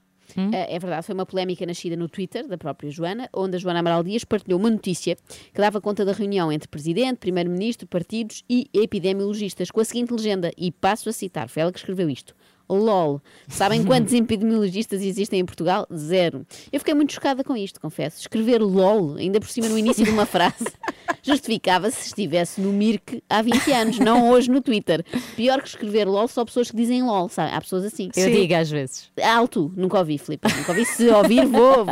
É verdade, foi uma polémica nascida no Twitter da própria Joana, onde a Joana Amaral Dias partilhou uma notícia que dava conta da reunião entre Presidente, Primeiro-Ministro, partidos e epidemiologistas, com a seguinte legenda, e passo a citar, foi ela que escreveu isto. LOL. Sabem quantos epidemiologistas existem em Portugal? 0. Eu fiquei muito chocada com isto, confesso. Escrever LOL, ainda por cima no início de uma frase, justificava-se se estivesse no Mirk há 20 anos, não hoje no Twitter. Pior que escrever LOL, só pessoas que dizem LOL, sabe? Há pessoas assim. Eu digo às vezes. Alto, nunca ouvi, Filipe. Nunca ouvi. Se ouvir,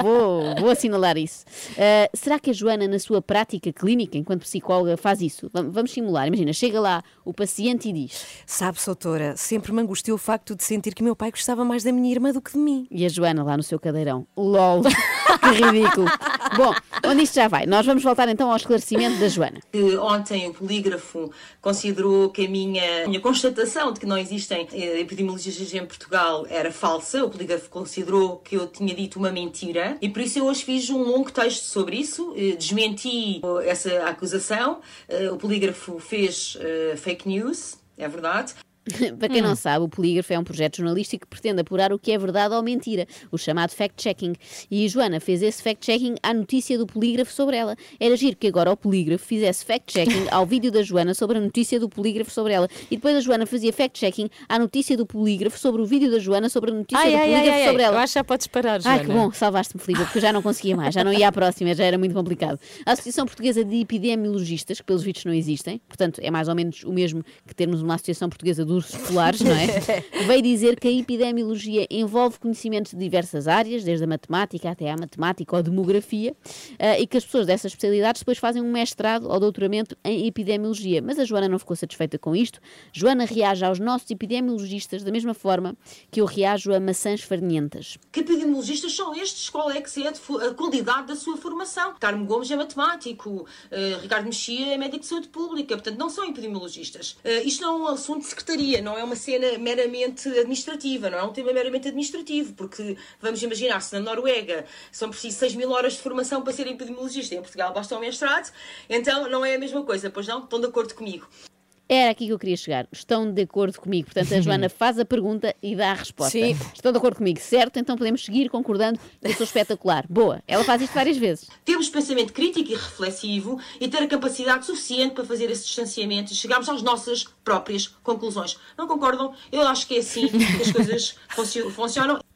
vou assinalar isso. Será que a Joana, na sua prática clínica, enquanto psicóloga, faz isso? Vamos simular. Imagina, chega lá o paciente e diz: sabe, doutora, sempre me angustiou o facto de sentir que meu pai gostava mais da minha irmã do que de mim. E a Joana lá no seu cadeirão: LOL. Que ridículo. Bom, onde isto já vai? Nós vamos voltar então ao esclarecimento da Joana. Ontem o polígrafo considerou que a minha constatação de que não existem epidemiologistas em Portugal era falsa. O polígrafo considerou que eu tinha dito uma mentira e por isso eu hoje fiz um longo texto sobre isso, desmenti essa acusação. O polígrafo fez fake news, é verdade. Para quem não sabe, o Polígrafo é um projeto jornalístico que pretende apurar o que é verdade ou mentira, o chamado fact-checking. E a Joana fez esse fact-checking à notícia do Polígrafo sobre ela. Era giro que agora o Polígrafo fizesse fact-checking ao vídeo da Joana sobre a notícia do Polígrafo sobre ela. E depois a Joana fazia fact-checking à notícia do Polígrafo sobre o vídeo da Joana sobre a notícia do Polígrafo sobre ela. Eu acho que já podes parar, Joana. Ai, que bom, salvaste-me, Filipe, porque eu já não conseguia mais, já não ia à próxima, já era muito complicado. A Associação Portuguesa de Epidemiologistas, que pelos vistos não existem, portanto é mais ou menos o mesmo que termos uma Associação Portuguesa de Ursos Polares, não é? Veio dizer que a epidemiologia envolve conhecimentos de diversas áreas, desde a matemática até à matemática ou demografia, e que as pessoas dessas especialidades depois fazem um mestrado ou doutoramento em epidemiologia. Mas a Joana não ficou satisfeita com isto. Joana reage aos nossos epidemiologistas da mesma forma que eu reajo a maçãs farinhentas. Que epidemiologistas são estes? Qual é que é a qualidade da sua formação? Carmo Gomes é matemático, Ricardo Mexia é médico de saúde pública, portanto não são epidemiologistas. Isto não é um assunto de secretaria, não é uma cena meramente administrativa, não é um tema meramente administrativo, porque vamos imaginar, se na Noruega são precisas 6.000 horas de formação para ser epidemiologista, em Portugal basta um mestrado, então não é a mesma coisa, pois não? Estão de acordo comigo? Era aqui que eu queria chegar. Estão de acordo comigo. Portanto, a Joana faz a pergunta e dá a resposta. Sim. Estão de acordo comigo, certo? Então podemos seguir concordando. Eu sou espetacular. Boa. Ela faz isto várias vezes. Temos pensamento crítico e reflexivo e ter a capacidade suficiente para fazer esse distanciamento e chegarmos às nossas próprias conclusões. Não concordam? Eu acho que é assim que as coisas funcionam.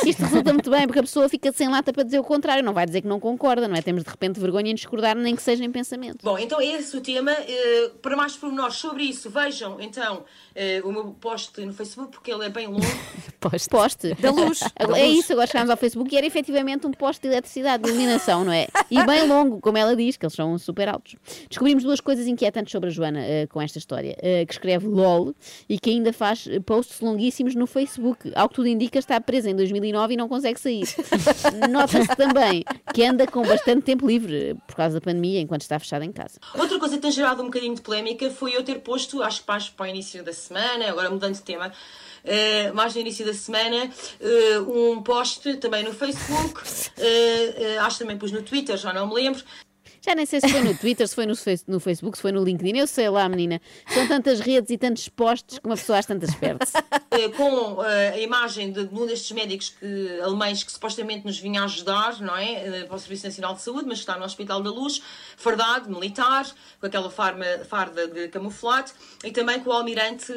Isto resulta muito bem, porque a pessoa fica sem lata para dizer o contrário, não vai dizer que não concorda, não é? Temos de repente vergonha em discordar, nem que seja em pensamento. Bom, então esse é o tema. Para mais pormenores sobre isso, vejam então o meu post no Facebook, porque ele é bem longo. Poste. Da luz. É isso, agora chegámos ao Facebook e era efetivamente um poste de eletricidade, de iluminação, não é? E bem longo, como ela diz, que eles são super altos. Descobrimos duas coisas inquietantes sobre a Joana com esta história. Que escreve LOL e que ainda faz posts longuíssimos no Facebook. Ao que tudo indica, está presa em 2009 e não consegue sair. Nota-se também que anda com bastante tempo livre por causa da pandemia, enquanto está fechada em casa. Outra coisa que tem gerado um bocadinho de polémica foi eu ter posto, acho que para o início da semana, agora mudando de tema, mais no início da semana, um post também no Facebook, acho que também pus no Twitter, já não me lembro. Já nem sei se foi no Twitter, se foi no Facebook, se foi no LinkedIn. Eu sei lá, menina. São tantas redes e tantos posts que uma pessoa às tantas perde-se. Com a imagem de um destes médicos alemães que supostamente nos vinha ajudar, não é? Para o Serviço Nacional de Saúde, mas que está no Hospital da Luz, fardado, militar, com aquela farda de camuflado, e também com o almirante,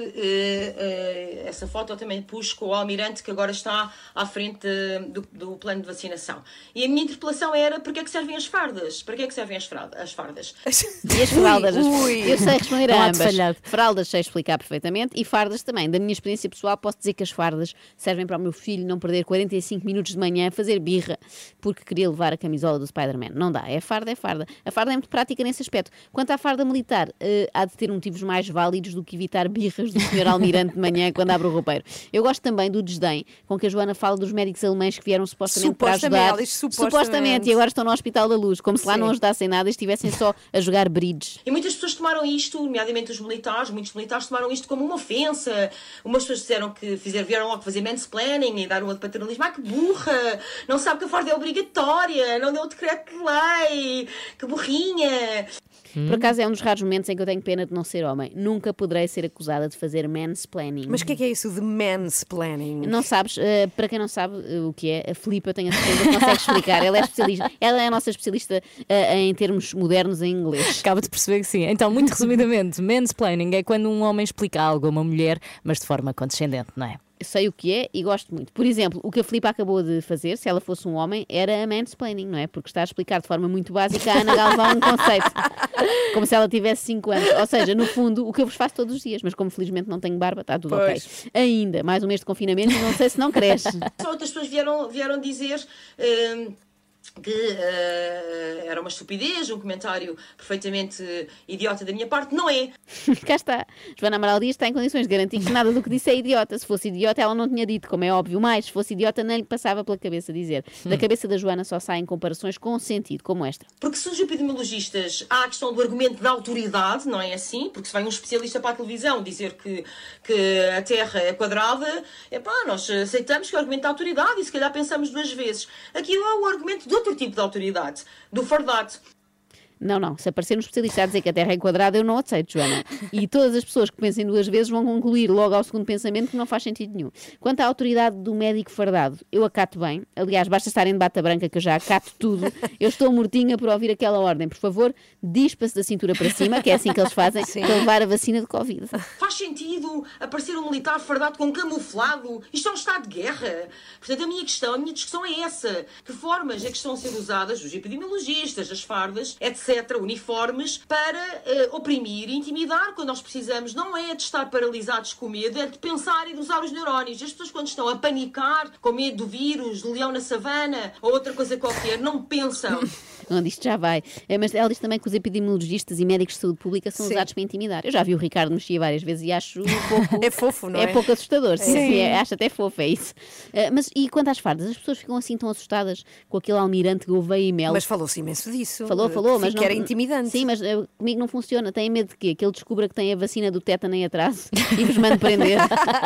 essa foto eu também pus com o almirante que agora está à frente do plano de vacinação. E a minha interpelação era: para que é que servem as fardas? Para que é que servem as fardas? E as fraldas? Eu sei responder a ambas. Falhado. Fraldas sei explicar perfeitamente e fardas também. Da minha experiência pessoal posso dizer que as fardas servem para o meu filho não perder 45 minutos de manhã a fazer birra porque queria levar a camisola do Spider-Man. Não dá, é farda, é farda. A farda é muito prática nesse aspecto. Quanto à farda militar, há de ter motivos mais válidos do que evitar birras do Sr. Almirante de manhã quando abre o roupeiro. Eu gosto também do desdém com que a Joana fala dos médicos alemães que vieram supostamente para ajudar. Supostamente, e agora estão no Hospital da Luz, como se lá não ajudassem nada e estivessem só a jogar bridge. E muitas pessoas tomaram isto, nomeadamente os militares, muitos militares tomaram isto como uma ofensa. Umas pessoas disseram que vieram logo fazer mansplaining e dar uma de paternalismo. Que burra! Não sabe que a farda é obrigatória, não deu o decreto de lei, que burrinha! Por acaso é um dos raros momentos em que eu tenho pena de não ser homem. Nunca poderei ser acusada de fazer mansplaining. Mas o que é isso de mansplaining? Não sabes? Para quem não sabe o que é, a Filipa, tenho a certeza que consegue explicar. Ela é especialista. Ela é a nossa especialista em termos modernos em inglês. Acabo de perceber que sim. Então, muito resumidamente, mansplaining é quando um homem explica algo a uma mulher, mas de forma condescendente, não é? Sei o que é e gosto muito. Por exemplo, o que a Filipa acabou de fazer, se ela fosse um homem, era a mansplaining, não é? Porque está a explicar de forma muito básica a Ana Galvão um conceito. Como se ela tivesse 5 anos. Ou seja, no fundo, o que eu vos faço todos os dias, mas como felizmente não tenho barba, está tudo ok. Ainda, mais um mês de confinamento e não sei se não cresce. Só outras pessoas vieram dizer que era uma estupidez, um comentário perfeitamente idiota da minha parte. Não é. Cá está. Joana Amaral Dias está em condições de garantir que nada do que disse é idiota. Se fosse idiota, ela não tinha dito, como é óbvio. Mas, se fosse idiota, nem lhe passava pela cabeça dizer. Da cabeça da Joana só saem comparações com sentido, como esta. Porque se os epidemiologistas, há a questão do argumento da autoridade, não é assim? Porque se vai um especialista para a televisão dizer que a Terra é quadrada, nós aceitamos que é o argumento da autoridade e se calhar pensamos 2 vezes. Aqui é o argumento de outro tipo de autoridade, do fardado. Não. Se aparecer um especialista a dizer que a Terra é quadrada, eu não aceito, Joana. E todas as pessoas que pensem 2 vezes vão concluir logo ao segundo pensamento que não faz sentido nenhum. Quanto à autoridade do médico fardado, eu acato bem. Aliás, basta estar em bata branca que eu já acato tudo. Eu estou mortinha por ouvir aquela ordem. Por favor, dispa-se da cintura para cima, que é assim que eles fazem, para levar a vacina de Covid. Faz sentido aparecer um militar fardado com camuflado? Isto é um estado de guerra. Portanto, a minha discussão é essa. Que formas é que estão a ser usadas os epidemiologistas, as fardas, etc., uniformes, para oprimir e intimidar quando nós precisamos? Não é de estar paralisados com medo, é de pensar e de usar os neurónios. As pessoas, quando estão a panicar com medo do vírus, do leão na savana ou outra coisa qualquer, não pensam. Onde isto já vai. Mas ela diz também que os epidemiologistas e médicos de saúde pública são usados para intimidar. Eu já vi o Ricardo Mexia várias vezes e acho pouco... É fofo, não é? É pouco assustador. Sim. Acho até fofo, é isso. Mas e quanto às fardas? As pessoas ficam assim tão assustadas com aquele almirante Gouveia e Mel. Mas falou-se imenso disso. Falou, mas que era intimidante. Sim, mas comigo não funciona. Tem medo de quê? Que ele descubra que tem a vacina do tétano em atraso e vos mande prender.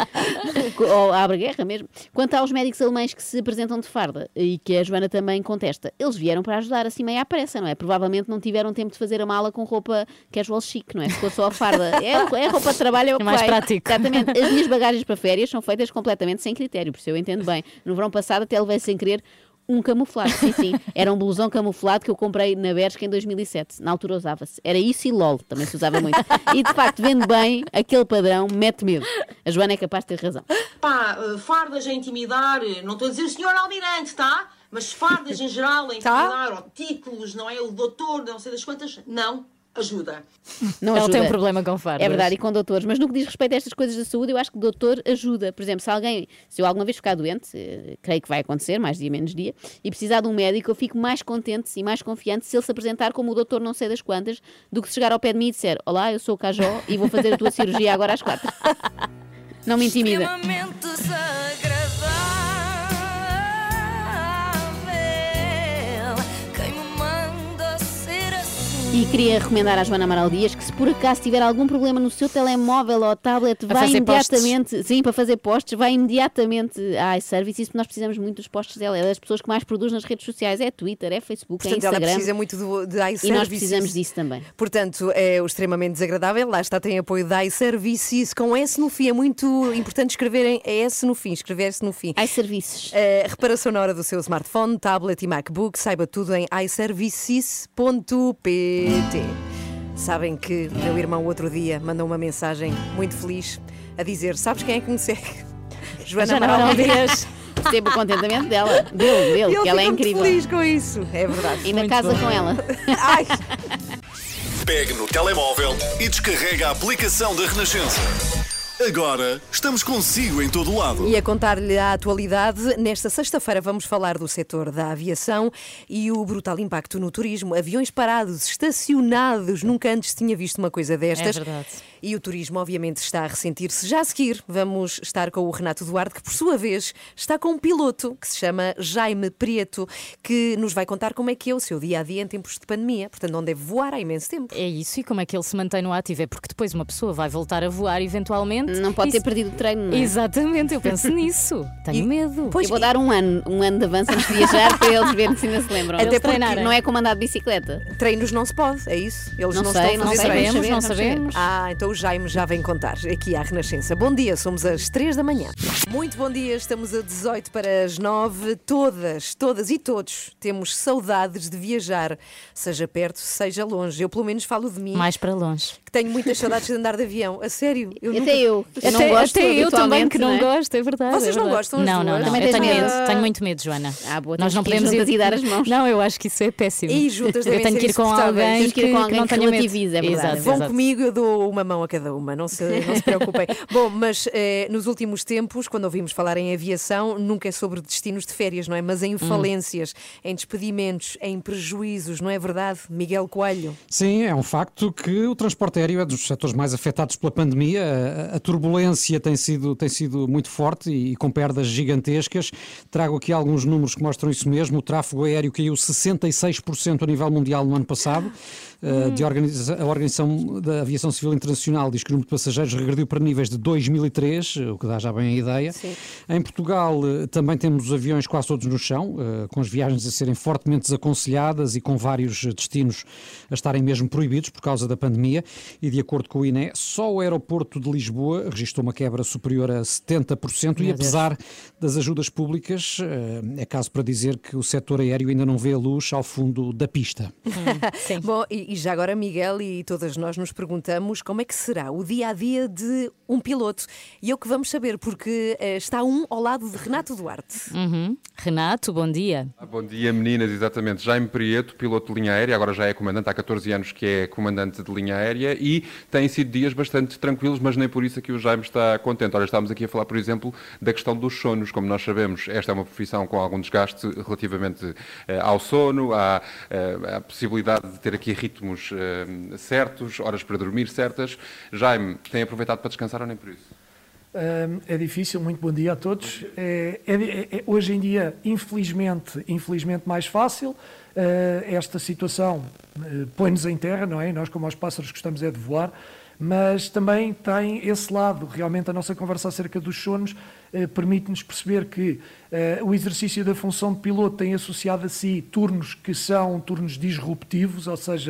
Ou abre guerra mesmo. Quanto aos médicos alemães que se apresentam de farda e que a Joana também contesta, eles vieram para ajudar assim meio à pressa, não é? Provavelmente não tiveram tempo de fazer a mala com roupa casual chic, não é? Se for só a farda. É roupa de trabalho, é o que mais vai. prático. Exatamente. As minhas bagagens para férias são feitas completamente sem critério, por isso eu entendo bem. No verão passado até levei sem querer Um camuflado, sim. Era um blusão camuflado que eu comprei na Bershka em 2007. Na altura usava-se. Era isso e LOL, também se usava muito. E de facto, vendo bem, aquele padrão mete medo. A Joana é capaz de ter razão. Pá, fardas a intimidar, não estou a dizer o senhor almirante, tá? Mas fardas em geral a intimidar, ou títulos, não é? O doutor, não sei das quantas, não ajuda. Não Ela ajuda. tem um problema com fardas. É verdade, e com doutores. Mas no que diz respeito a estas coisas da saúde, eu acho que doutor ajuda. Por exemplo, se eu alguma vez ficar doente, creio que vai acontecer, mais dia menos dia, e precisar de um médico, eu fico mais contente e mais confiante se ele se apresentar como o doutor não sei das quantas, do que se chegar ao pé de mim e disser: olá, eu sou o Cajó e vou fazer a tua cirurgia agora às 4. Não me intimida. Extremamente desagradável. Quem me manda ser assim? E queria recomendar à Joana Amaral Dias que, se por acaso tiver algum problema no seu telemóvel ou tablet, vai imediatamente, sim, para fazer posts, vai imediatamente à iService. Isso nós precisamos muito dos posts dela. É das pessoas que mais produz nas redes sociais. É Twitter, é Facebook, Portanto, é Instagram. ela precisa muito de iServices. E nós precisamos disso também. Portanto, é o extremamente desagradável. Lá está, tem apoio da iServices com S no fim. É muito importante escreverem S no fim, escrever-se no fim. iServices. Reparação na hora do seu smartphone, tablet e MacBook. Saiba tudo em iServices.pt. Sabem que o meu irmão outro dia mandou uma mensagem muito feliz a dizer: sabes quem é que me segue? Joana Amaral Dias. Percebo o contentamento dela, dele, que ela é incrível. Muito feliz com isso, é verdade. E na casa com ela. Ai. Pegue no telemóvel e descarrega a aplicação da Renascença. Agora estamos consigo em todo o lado. E a contar-lhe a atualidade, nesta sexta-feira vamos falar do setor da aviação e o brutal impacto no turismo. Aviões parados, estacionados, nunca antes tinha visto uma coisa destas. É verdade. E o turismo, obviamente, está a ressentir-se. Já a seguir, vamos estar com o Renato Duarte, que, por sua vez, está com um piloto que se chama Jaime Prieto, que nos vai contar como é que é o seu dia-a-dia em tempos de pandemia. Portanto, não deve voar há imenso tempo. É isso, e como é que ele se mantém no ativo? É porque depois uma pessoa vai voltar a voar, eventualmente. Não pode ter perdido o treino, não é? Exatamente, eu penso nisso. Tenho medo. Eu vou dar um ano de avanço antes de viajar para eles verem se ainda se lembram. Até porque não é como andar de bicicleta. Treinos não se pode, é isso? Eles Não não sei, estão a não fazer sabemos, treinos. não sabemos. Então o Jaime já vem contar aqui à Renascença. Bom dia, somos às 3 da manhã. Muito bom dia, estamos a 18 para as 9. Todas e todos temos saudades de viajar, seja perto, seja longe. Eu pelo menos falo de mim. Mais para longe. Que tenho muitas saudades de andar de avião. A sério. Até eu não gosto. Até eu também que não é? gosto, é verdade. Vocês não gostam as Não, duas? não. Também Eu tens tenho medo? medo. Tenho muito medo, Joana. Boa, Nós não temos que ir podemos juntas e dar as mãos. Não, eu acho que isso é péssimo. E juntas devem eu tenho ser que ir com insuportáveis. alguém Temos que ir com alguém não que tenha medo. relativize, é verdade. Exato, Vão exato. comigo, eu dou uma mão a cada uma, não se preocupem. Bom, mas nos últimos tempos, quando ouvimos falar em aviação, nunca é sobre destinos de férias, não é? Mas em falências, em despedimentos, em prejuízos, não é verdade, Miguel Coelho? Sim, é um facto que o transporte aéreo é dos setores mais afetados pela pandemia. A turbulência tem sido muito forte e com perdas gigantescas. Trago aqui alguns números que mostram isso mesmo. O tráfego aéreo caiu 66% a nível mundial no ano passado. A Organização da Aviação Civil Internacional diz que o número de passageiros regrediu para níveis de 2003, o que dá já bem a ideia. Sim. Em Portugal também temos os aviões quase todos no chão, com as viagens a serem fortemente desaconselhadas e com vários destinos a estarem mesmo proibidos por causa da pandemia. E de acordo com o INE, só o aeroporto de Lisboa registrou uma quebra superior a 70% e apesar das ajudas públicas, é caso para dizer que o setor aéreo ainda não vê a luz ao fundo da pista. Sim. Bom, e já agora, Miguel, e todas nós nos perguntamos como é que será o dia-a-dia de um piloto. E é o que vamos saber, porque está ao lado de Renato Duarte. Renato, bom dia. Bom dia, meninas, exatamente. Jaime Prieto, piloto de linha aérea, agora já é comandante, há 14 anos que é comandante de linha aérea e têm sido dias bastante tranquilos, mas nem por isso é que o Jaime está contente. Olha, estamos aqui a falar, por exemplo, da questão dos sonos. Como nós sabemos, esta é uma profissão com algum desgaste relativamente ao sono, à possibilidade de ter aqui ritmos certos, horas para dormir certas. Jaime, tem aproveitado para descansar ou nem por isso? É difícil, muito bom dia a todos. Hoje em dia, infelizmente mais fácil. Esta situação põe-nos em terra, não é? Nós, como aos pássaros, gostamos de voar, mas também tem esse lado. Realmente a nossa conversa acerca dos sonos permite-nos perceber que o exercício da função de piloto tem associado a si turnos que são turnos disruptivos, ou seja,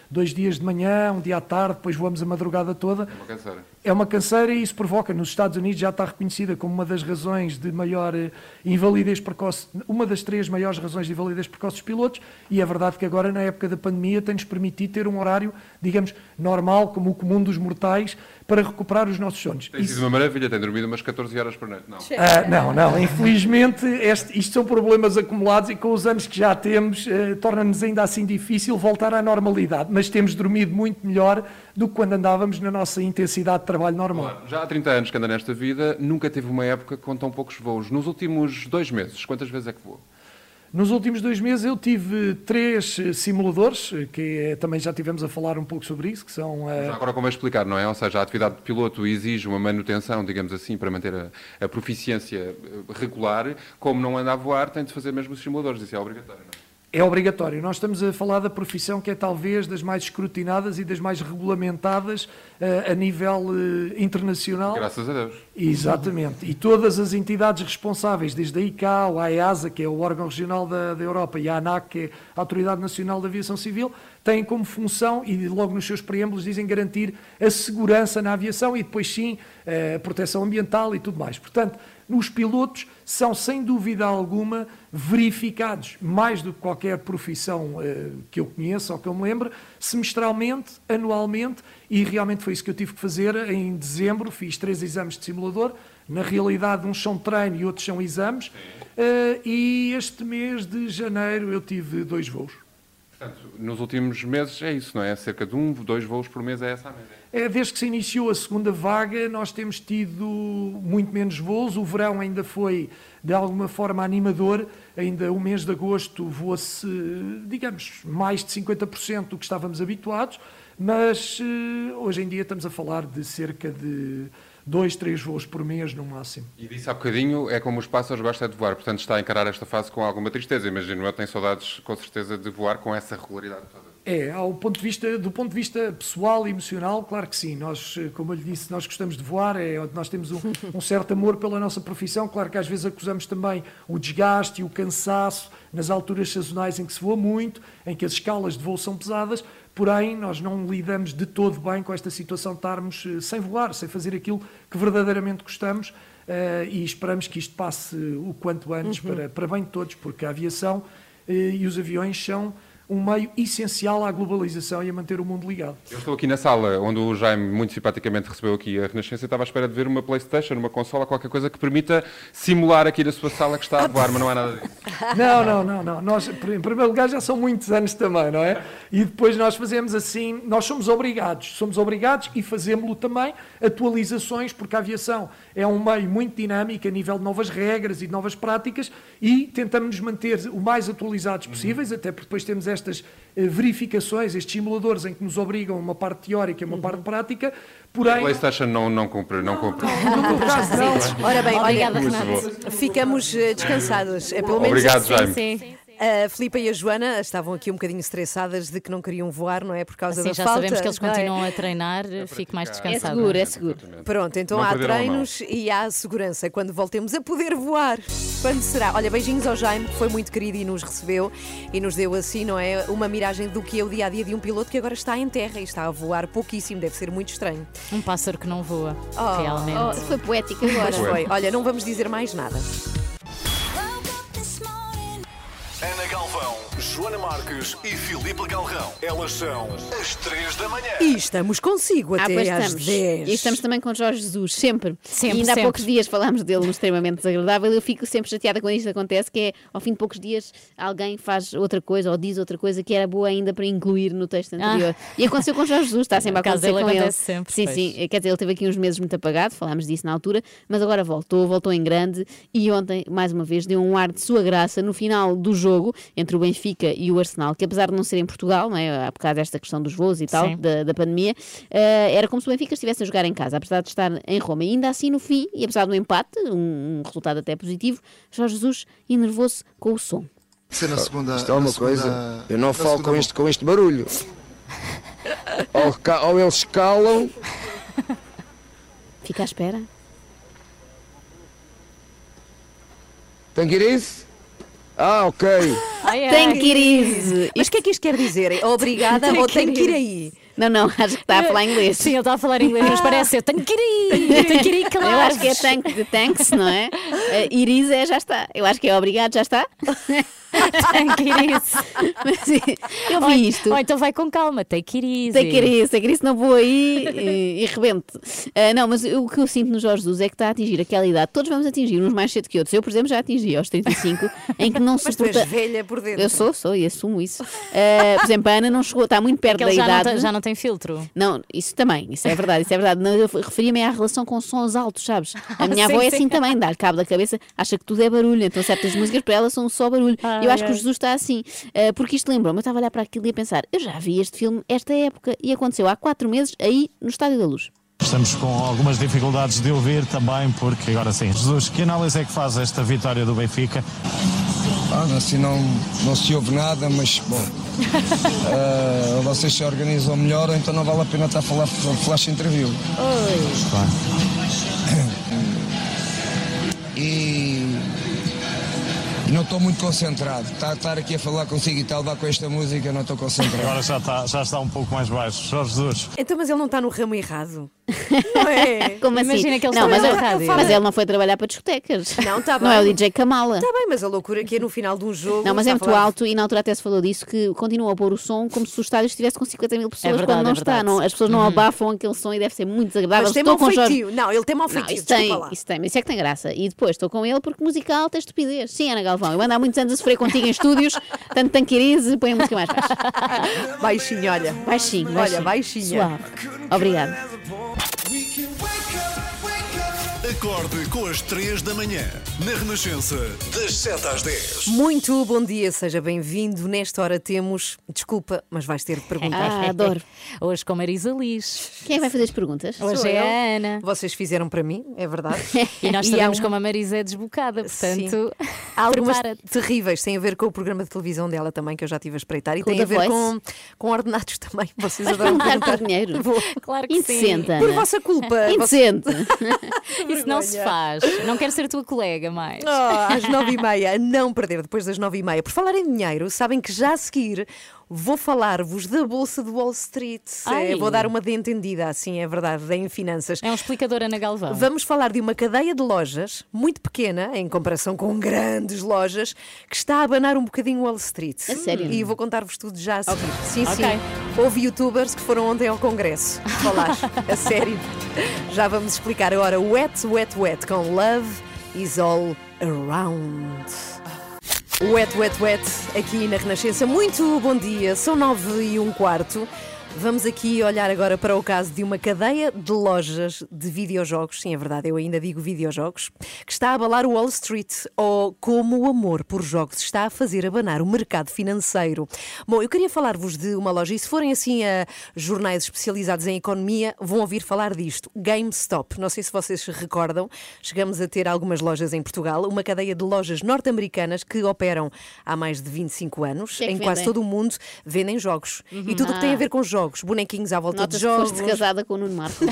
2 dias de manhã, um dia à tarde, depois voamos a madrugada toda. Uma canseira. É uma canseira e isso provoca, nos Estados Unidos já está reconhecida como uma das razões de maior invalidez precoce, uma das 3 maiores razões de invalidez precoce dos pilotos, e é verdade que agora, na época da pandemia, tem-nos permitido ter um horário, digamos, normal, como o comum dos mortais, para recuperar os nossos sonos. Tem sido uma maravilha, tem dormido umas 14 horas por noite, não? Não, infelizmente isto são problemas acumulados e com os anos que já temos torna-nos ainda assim difícil voltar à normalidade, mas temos dormido muito melhor do que quando andávamos na nossa intensidade de trabalho normal. Claro, já há 30 anos que anda nesta vida, nunca teve uma época com tão poucos voos. Nos últimos 2 meses, quantas vezes é que voou? Nos últimos 2 meses eu tive 3 simuladores, que também já tivemos a falar um pouco sobre isso, que são... Já agora como é explicar, não é? Ou seja, a atividade de piloto exige uma manutenção, digamos assim, para manter a proficiência regular. Como não anda a voar, tem de fazer mesmo os simuladores, isso é obrigatório, não é? É obrigatório. Nós estamos a falar da profissão que é talvez das mais escrutinadas e das mais regulamentadas a nível internacional. Graças a Deus. Exatamente. E todas as entidades responsáveis, desde a ICAO, a EASA, que é o órgão regional da Europa, e a ANAC, que é a Autoridade Nacional da Aviação Civil, têm como função, e logo nos seus preâmbulos dizem, garantir a segurança na aviação e depois sim a proteção ambiental e tudo mais. Portanto, os pilotos são, sem dúvida alguma, verificados, mais do que qualquer profissão que eu conheça ou que eu me lembre, semestralmente, anualmente, e realmente foi isso que eu tive que fazer em dezembro. Fiz 3 exames de simulador, na realidade uns são treino e outros são exames, e este mês de janeiro eu tive 2 voos. Portanto, nos últimos meses é isso, não é? Cerca de 1, 2 voos por mês é essa a média. Desde que se iniciou a segunda vaga, nós temos tido muito menos voos. O verão ainda foi, de alguma forma, animador. Ainda o mês de agosto voa-se, digamos, mais de 50% do que estávamos habituados. Mas hoje em dia estamos a falar de cerca de 2, 3 voos por mês no máximo. E disse há bocadinho, é como os pássaros, gosta de voar. Portanto, está a encarar esta fase com alguma tristeza. Imagino, eu tenho saudades, com certeza, de voar com essa regularidade toda. Do ponto de vista pessoal e emocional, claro que sim. Nós, como eu lhe disse, nós gostamos de voar, nós temos um certo amor pela nossa profissão. Claro que às vezes acusamos também o desgaste e o cansaço nas alturas sazonais em que se voa muito, em que as escalas de voo são pesadas, porém nós não lidamos de todo bem com esta situação de estarmos sem voar, sem fazer aquilo que verdadeiramente gostamos, e esperamos que isto passe o quanto antes para bem de todos, porque a aviação e os aviões são um meio essencial à globalização e a manter o mundo ligado. Eu estou aqui na sala onde o Jaime muito simpaticamente recebeu aqui a Renascença e estava à espera de ver uma PlayStation, uma consola, qualquer coisa que permita simular aqui na sua sala que está a voar, mas não há nada disso. Não. Nós, em primeiro lugar, já são muitos anos também, não é? E depois nós fazemos assim, nós somos obrigados e fazemos-lo também, atualizações, porque a aviação é um meio muito dinâmico a nível de novas regras e de novas práticas, e tentamos nos manter o mais atualizados possíveis, até porque depois temos estas verificações, estes simuladores em que nos obrigam a uma parte teórica e uma parte prática, porém... A PlayStation não cumpre. Ora bem, obrigada, Renato. Ficamos descansados. Pelo menos obrigado, Jaime. Sim. A Filipa e a Joana estavam aqui um bocadinho estressadas de que não queriam voar, não é? Por causa da já falta. Sabemos que eles continuam a treinar, fico mais descansado. É seguro. Pronto, então há treinos e há segurança quando voltemos a poder voar. Quando será? Olha, beijinhos ao Jaime, que foi muito querido e nos recebeu e nos deu assim, não é? Uma miragem do que é o dia-a-dia de um piloto que agora está em terra e está a voar pouquíssimo, deve ser muito estranho. Um pássaro que não voa, realmente. Foi poético agora. Foi. Olha, não vamos dizer mais nada. Ana Galvão, Joana Marques e Filipe Galrão. Elas são as 3 da manhã. E estamos consigo até às 10. E estamos também com Jorge Jesus, sempre. E ainda há poucos dias falámos dele no extremamente desagradável. Eu fico sempre chateada quando isto acontece, que é ao fim de poucos dias alguém faz outra coisa ou diz outra coisa que era boa ainda para incluir no texto anterior. E aconteceu com Jorge Jesus, está sempre a acontecer com ele. Sempre, sim, quer dizer, ele teve aqui uns meses muito apagado, falámos disso na altura, mas agora voltou em grande e ontem, mais uma vez, deu um ar de sua graça no final do jogo entre o Benfica e o Arsenal, que apesar de não ser em Portugal, não é, por causa desta questão dos voos e tal, da pandemia, era como se o Benfica estivesse a jogar em casa, apesar de estar em Roma. E ainda assim, no fim, e apesar do empate, um resultado até positivo, Jorge Jesus enervou-se com o som. Isto é uma coisa, eu não falo com este barulho. Ou eles calam. Fica à espera. Tem que ir isso? Ah, ok. Tem que ir easy. Mas o que é que isto quer dizer? Obrigada ou tenho que ir aí? Não, acho que está a falar inglês. Sim, ele está a falar inglês, mas parece eu tenho que ir aí. Tenho que ir aí, claro. Eu acho que é thanks, não é? Ir easy já está. Eu acho que é obrigado, já está. Tenho que ir isso. Eu vi isto. Ou então vai com calma, take it easy. Take it easy, não vou aí e rebento. Não, mas o que eu sinto no Jorge Jesus é que está a atingir aquela idade. Todos vamos atingir, uns mais cedo que outros. Eu, por exemplo, já atingi aos 35, em que não Mas tu és suporta. velha por dentro. Eu sou e assumo isso. Por exemplo, a Ana não chegou, está muito perto da idade. Já não tem filtro. Não, isso também, isso é verdade. Não, eu referia-me à relação com sons altos, sabes? A minha avó é assim também, dá-lhe cabo da cabeça, acha que tudo é barulho, então certas músicas para ela são só barulho. Eu acho que o Jesus está assim, porque isto lembrou-me, eu estava a olhar para aquilo e a pensar, eu já vi este filme esta época e aconteceu há 4 meses aí no Estádio da Luz. Estamos com algumas dificuldades de ouvir também, porque agora sim. Jesus, que análise é que faz esta vitória do Benfica? Assim não se ouve nada, mas bom, vocês se organizam melhor, então não vale a pena estar a falar flash interview. E não estou muito concentrado. Estar aqui a falar consigo e tal, dar com esta música, não estou concentrado. Agora já está um pouco mais baixo. Jorge Jesus. Então, mas ele não está no ramo errado. Não é? Como assim? Imagina que ele não, está na rádio. mas ele não foi trabalhar para discotecas. Não, está bem. Não é o DJ Kamala. Está bem, mas a loucura que é no final de um jogo. Não, mas é está a muito falar- alto e na altura até se falou disso, que continuam a pôr o som como se o estádio estivesse com 50 mil pessoas verdade, quando não é está. verdade. Não, as pessoas não abafam aquele som e deve ser muito desagradável. Mas tem Estou mau com Jorge. feitio. Não, ele tem mau Não, feitio. isso desculpa lá. isso é que tem graça. E depois estou com ele porque música alta é estupidez. Sim, Ana Galvão, eu ando há muitos anos a sofrer contigo em estúdios, tanto tanquirize, põe a música mais baixa. Baixinho, olha. Baixinho. Olha, baixinha. Suave. Obrigada. Acorde com as 3 da manhã, na Renascença, das 7 às 10. Muito bom dia, seja bem-vindo. Nesta hora temos, desculpa, mas vais ter de perguntar. Adoro. Hoje com Marisa Liz. Quem é que vai fazer as perguntas? Hoje Sou é eu. a Ana. Vocês fizeram para mim, é verdade. E nós E sabemos há como a Marisa é desbocada, portanto. Há algumas prepara-te. terríveis, têm a ver com o programa de televisão dela também, que eu já estive a espreitar, e Com tem a The ver Voice? com ordenados também. Vocês adoram Não dar perguntar. por dinheiro. Claro que sim. Indecente, Ana. Por vossa culpa. Indecente. Isso não se faz. Não quero ser tua colega mais. Às 9h30, não perder, depois das 9h30. Por falar em dinheiro, sabem que já a seguir vou falar-vos da Bolsa de Wall Street. Ai. Vou dar uma de entendida, assim é verdade, em finanças. É um explicador, Ana Galvão. Vamos falar de uma cadeia de lojas muito pequena, em comparação com grandes lojas, que está a abanar um bocadinho Wall Street. A sério? E vou contar-vos tudo já a seguir. Sim, Ok. sim. Houve youtubers que foram ontem ao Congresso falar. A sério. Já vamos explicar agora. Wet, Wet, Wet com Love is All Around. Wet, Wet, Wet, aqui na Renascença. Muito bom dia, são 9h15. Vamos aqui olhar agora para o caso de uma cadeia de lojas de videojogos, sim, é verdade, eu ainda digo videojogos, que está a abalar o Wall Street, ou como o amor por jogos está a fazer abanar o mercado financeiro. Bom, eu queria falar-vos de uma loja, e se forem assim a jornais especializados em economia, vão ouvir falar disto, GameStop. Não sei se vocês se recordam, chegamos a ter algumas lojas em Portugal, uma cadeia de lojas norte-americanas que operam há mais de 25 anos, que é que em quase vendem? todo o mundo, vendem jogos. E tudo o que tem a ver com jogos, bonequinhos à volta Nota-se de que jogos. foste casada com o Nuno Marco.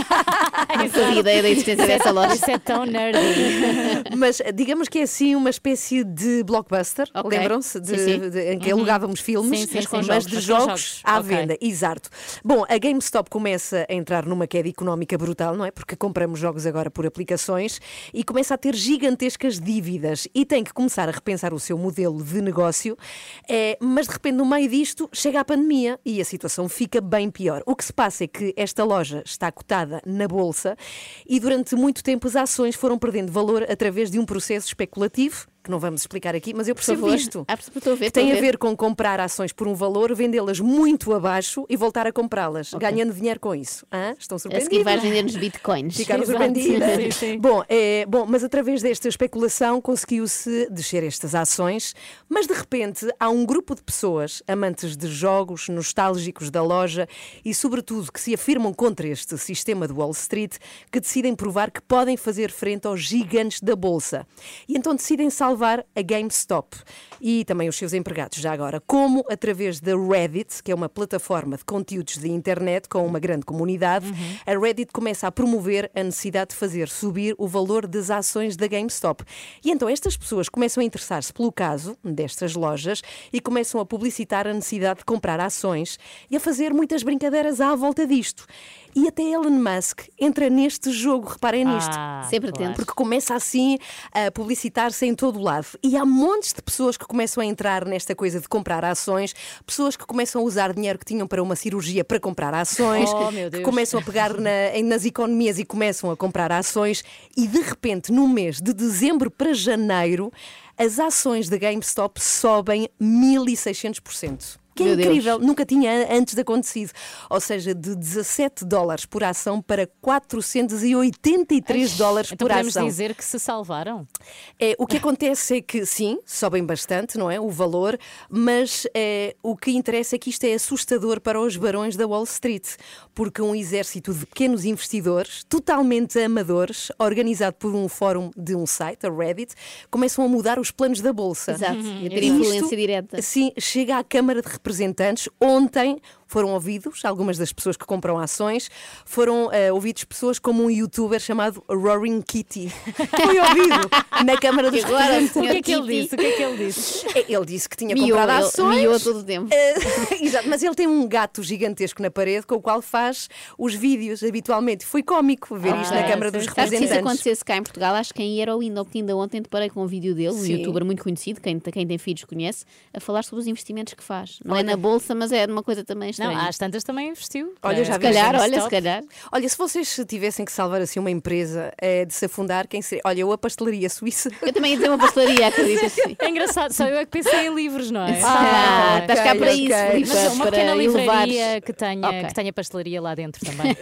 Não fazia ideia da existência dessa loja. Isso é tão nerdy. Mas digamos que é assim uma espécie de blockbuster, Ok. lembram-se? Sim, sim. Em que alugávamos filmes, Sim, sim, sim. mas Jogos, de mas com jogos jogos. à Ok. venda. Exato. Bom, a GameStop começa a entrar numa queda económica brutal, não é? Porque compramos jogos agora por aplicações e começa a ter gigantescas dívidas e tem que começar a repensar o seu modelo de negócio. Mas de repente, no meio disto, chega a pandemia e a situação fica bem pior. O que se passa é que esta loja está cotada na bolsa e durante muito tempo as ações foram perdendo valor através de um processo especulativo, que não vamos explicar aqui, mas eu percebo favor. isto. Estou a ver, Que tem estou a ver com comprar ações por um valor, vendê-las muito abaixo e voltar a comprá-las, Ok. ganhando dinheiro com isso. Estão A surpreendidos? seguir vais vender-nos bitcoins. Ficaram Exato. surpreendidas. Sim, sim. Bom, mas através desta especulação conseguiu-se descer estas ações, mas de repente há um grupo de pessoas, amantes de jogos, nostálgicos da loja e sobretudo que se afirmam contra este sistema de Wall Street, que decidem provar que podem fazer frente aos gigantes da bolsa. E então decidem salvar salvar a GameStop e também os seus empregados, já agora. Como através da Reddit, que é uma plataforma de conteúdos de internet com uma grande comunidade, a Reddit começa a promover a necessidade de fazer subir o valor das ações da GameStop. E então estas pessoas começam a interessar-se pelo caso destas lojas e começam a publicitar a necessidade de comprar ações e a fazer muitas brincadeiras à volta disto. E até Elon Musk entra neste jogo, reparem nisto. Sempre atento. Porque começa assim a publicitar-se em todo o lado. E há montes de pessoas que começam a entrar nesta coisa de comprar ações, pessoas que começam a usar dinheiro que tinham para uma cirurgia para comprar ações, que começam a pegar nas economias e começam a comprar ações e de repente, no mês de dezembro para janeiro, as ações da GameStop sobem 1.600%. Que é incrível, nunca tinha antes acontecido. Ou seja, de $17 por ação para $483 por então podemos ação. dizer que se salvaram? O que acontece é que, sim, sobem bastante, não é? O valor, mas o que interessa é que isto é assustador para os barões da Wall Street, porque um exército de pequenos investidores, totalmente amadores, organizado por um fórum de um site, a Reddit, começam a mudar os planos da Bolsa. Exato, e a ter influência direta. Sim, chega à Câmara de Representantes. Ontem foram ouvidos, algumas das pessoas que compram ações, foram ouvidos pessoas como um youtuber chamado Roaring Kitty. Foi ouvido na Câmara dos Representantes. O que é que ele disse? O que é que ele disse? Ele disse que tinha comprado ações. Miou todo o tempo. Exato, mas ele tem um gato gigantesco na parede com o qual faz os vídeos habitualmente. Foi cómico ver isto na Câmara dos Representantes. Se isso acontecesse cá em Portugal, acho que quem era o Window, porque ainda ontem deparei com um vídeo dele, um youtuber muito conhecido, quem tem filhos conhece, a falar sobre os investimentos que faz. Não é na Bolsa, mas é uma coisa também estranha. Não, às tantas também investiu. Olha, já se calhar. Olha, se vocês tivessem que salvar assim uma empresa de se afundar, quem seria? Olha, eu a pastelaria suíça. Eu também ia dizer uma pastelaria, acredito. É engraçado, só eu é que pensei em livros, não é? Estás cá para isso, Filipe. Mas uma pequena livraria que Okay. tenha pastelaria lá dentro também.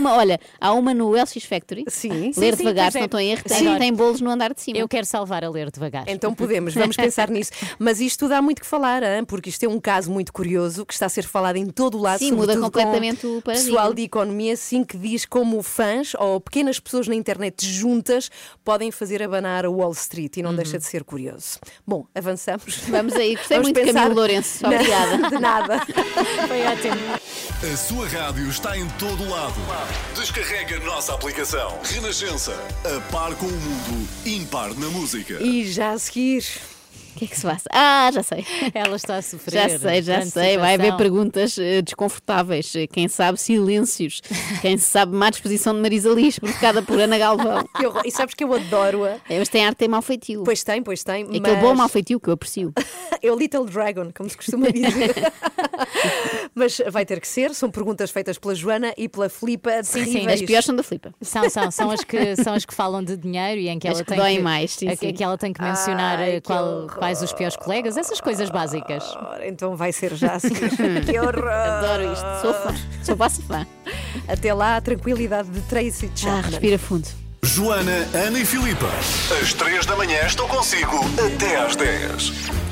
Há uma no LX Factory. Sim. Ler devagar, se não estou em erro, tem bolos no andar de cima. Eu quero salvar a ler devagar. Então vamos pensar nisso. Mas isto dá muito que falar, hein? Porque isto é um caso muito curioso que está a ser falado em todo o lado. Sim, muda completamente o paradigma. Pessoal de economia, sim, que diz como fãs ou pequenas pessoas na internet juntas podem fazer abanar a Wall Street e não deixa de ser curioso. Bom, avançamos. Vamos aí. Gostei muito de Camilo Lourenço. Obrigada. De nada. Foi ótimo. A sua rádio está em todo o lado. Descarrega a nossa aplicação. Renascença. A par com o mundo. Impar na música. E já a seguir... O que é que se passa? Já sei. Ela está a sofrer. Já sei. Vai haver perguntas desconfortáveis. Quem sabe silêncios. Quem sabe má disposição de Marisa Liz, provocada por Ana Galvão. E sabes que eu adoro-a. Mas tem arte e mau feitio. Pois tem. Aquele bom mau feitio que eu aprecio. É o Little Dragon, como se costuma dizer. Mas vai ter que ser. São perguntas feitas pela Joana e pela Filipa. Sim. As piores são da Filipa. São as que falam de dinheiro e em que ela tem doem mais. Sim. Que ela tem que mencionar quais os piores colegas, essas coisas básicas. Então vai ser já assim. Que horror! Adoro isto. Sou fã. Até lá, a tranquilidade de Tracy Chapman. Respira fundo. Joana, Ana e Filipa. Às 3 da manhã estou consigo até às 10.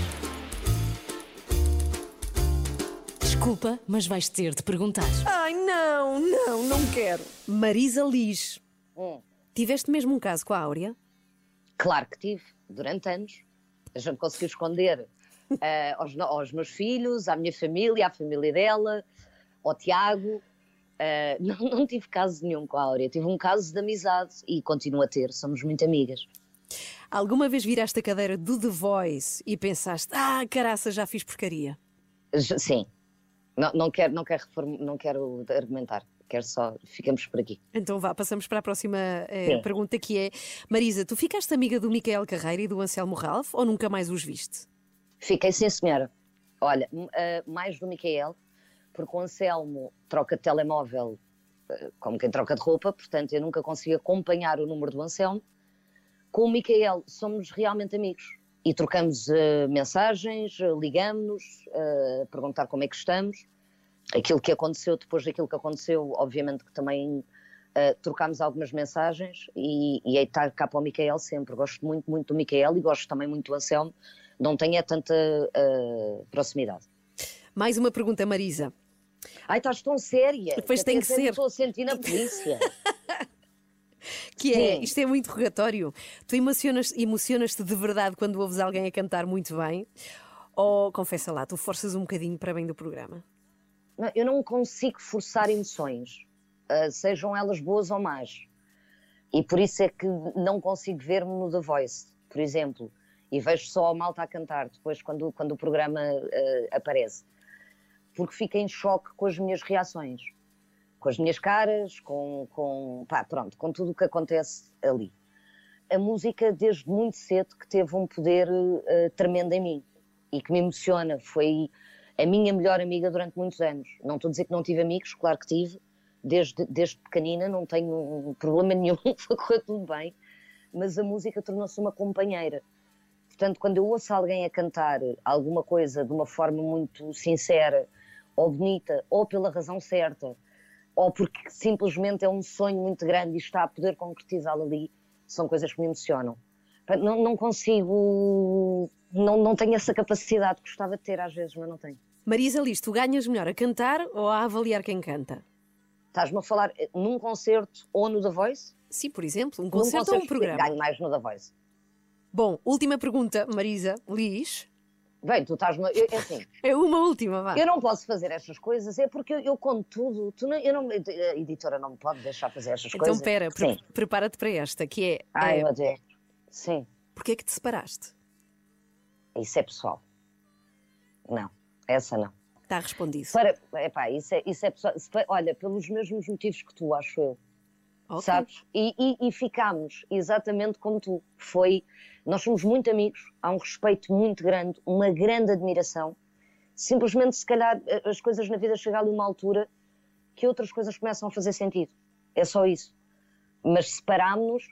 Desculpa, mas vais ter de perguntar. Ai, não quero. Marisa Liz. Tiveste mesmo um caso com a Áurea? Claro que tive, durante anos. A gente conseguiu esconder aos meus filhos, à minha família, à família dela, ao Tiago. Não tive caso nenhum com a Áurea. Tive um caso de amizade e continuo a ter. Somos muito amigas. Alguma vez viraste a cadeira do The Voice e pensaste, caraça, já fiz porcaria? Sim. Não quero argumentar. Quero só, ficamos por aqui. Então passamos para a próxima pergunta, que é: Marisa, tu ficaste amiga do Micael Carreira e do Anselmo Ralph ou nunca mais os viste? Fiquei, sim senhora. Olha, mais do Micael, porque o Anselmo troca de telemóvel como quem troca de roupa, portanto eu nunca consegui acompanhar o número do Anselmo. Com o Micael somos realmente amigos e trocamos mensagens, ligamos-nos, perguntar como é que estamos. Aquilo que aconteceu, depois daquilo que aconteceu, obviamente que também trocámos algumas mensagens e aí está cá para o Micael sempre. Gosto muito, muito do Micael e gosto também muito do Anselmo. Não tenho tanta proximidade. Mais uma pergunta, Marisa. Ai, estás tão séria. Depois tem que ser. Estou a sentir na polícia. Que é, Sim. isto é um interrogatório. Tu emocionas-te de verdade quando ouves alguém a cantar muito bem? Ou, confessa lá, tu forças um bocadinho para bem do programa? Não, eu não consigo forçar emoções, sejam elas boas ou más. E por isso é que não consigo ver-me no The Voice, por exemplo. E vejo só a malta a cantar depois quando o programa aparece. Porque fico em choque com as minhas reações. Com as minhas caras, com tudo o que acontece ali. A música, desde muito cedo, que teve um poder tremendo em mim. E que me emociona. Foi a minha melhor amiga durante muitos anos. Não estou a dizer que não tive amigos, claro que tive. Desde pequenina, não tenho problema nenhum, foi correr tudo bem. Mas a música tornou-se uma companheira. Portanto, quando eu ouço alguém a cantar alguma coisa de uma forma muito sincera, ou bonita, ou pela razão certa, ou porque simplesmente é um sonho muito grande e está a poder concretizá-lo ali, são coisas que me emocionam. Não consigo, não tenho essa capacidade que gostava de ter às vezes, mas não tenho. Marisa Liz, tu ganhas melhor a cantar ou a avaliar quem canta? Estás-me a falar num concerto ou no The Voice? Sim, por exemplo, um concerto ou um programa? Ganho mais no The Voice. Bom, última pergunta, Marisa Liz. Bem, tu estás-me... É assim... É uma última, vá. Eu não posso fazer estas coisas, é porque eu conto tudo. A editora não me pode deixar fazer estas coisas. Então, espera, prepara-te para esta, que é... Ai, meu Deus. Sim. Porquê é que te separaste? Isso é pessoal. Não, essa não. Está respondido. Isso é pessoal. Olha, pelos mesmos motivos que tu, acho eu. Okay. Sabes? E ficámos exatamente como tu. Nós somos muito amigos, há um respeito muito grande, uma grande admiração. Simplesmente, se calhar, as coisas na vida chegam ali a uma altura que outras coisas começam a fazer sentido. É só isso. Mas separámos-nos,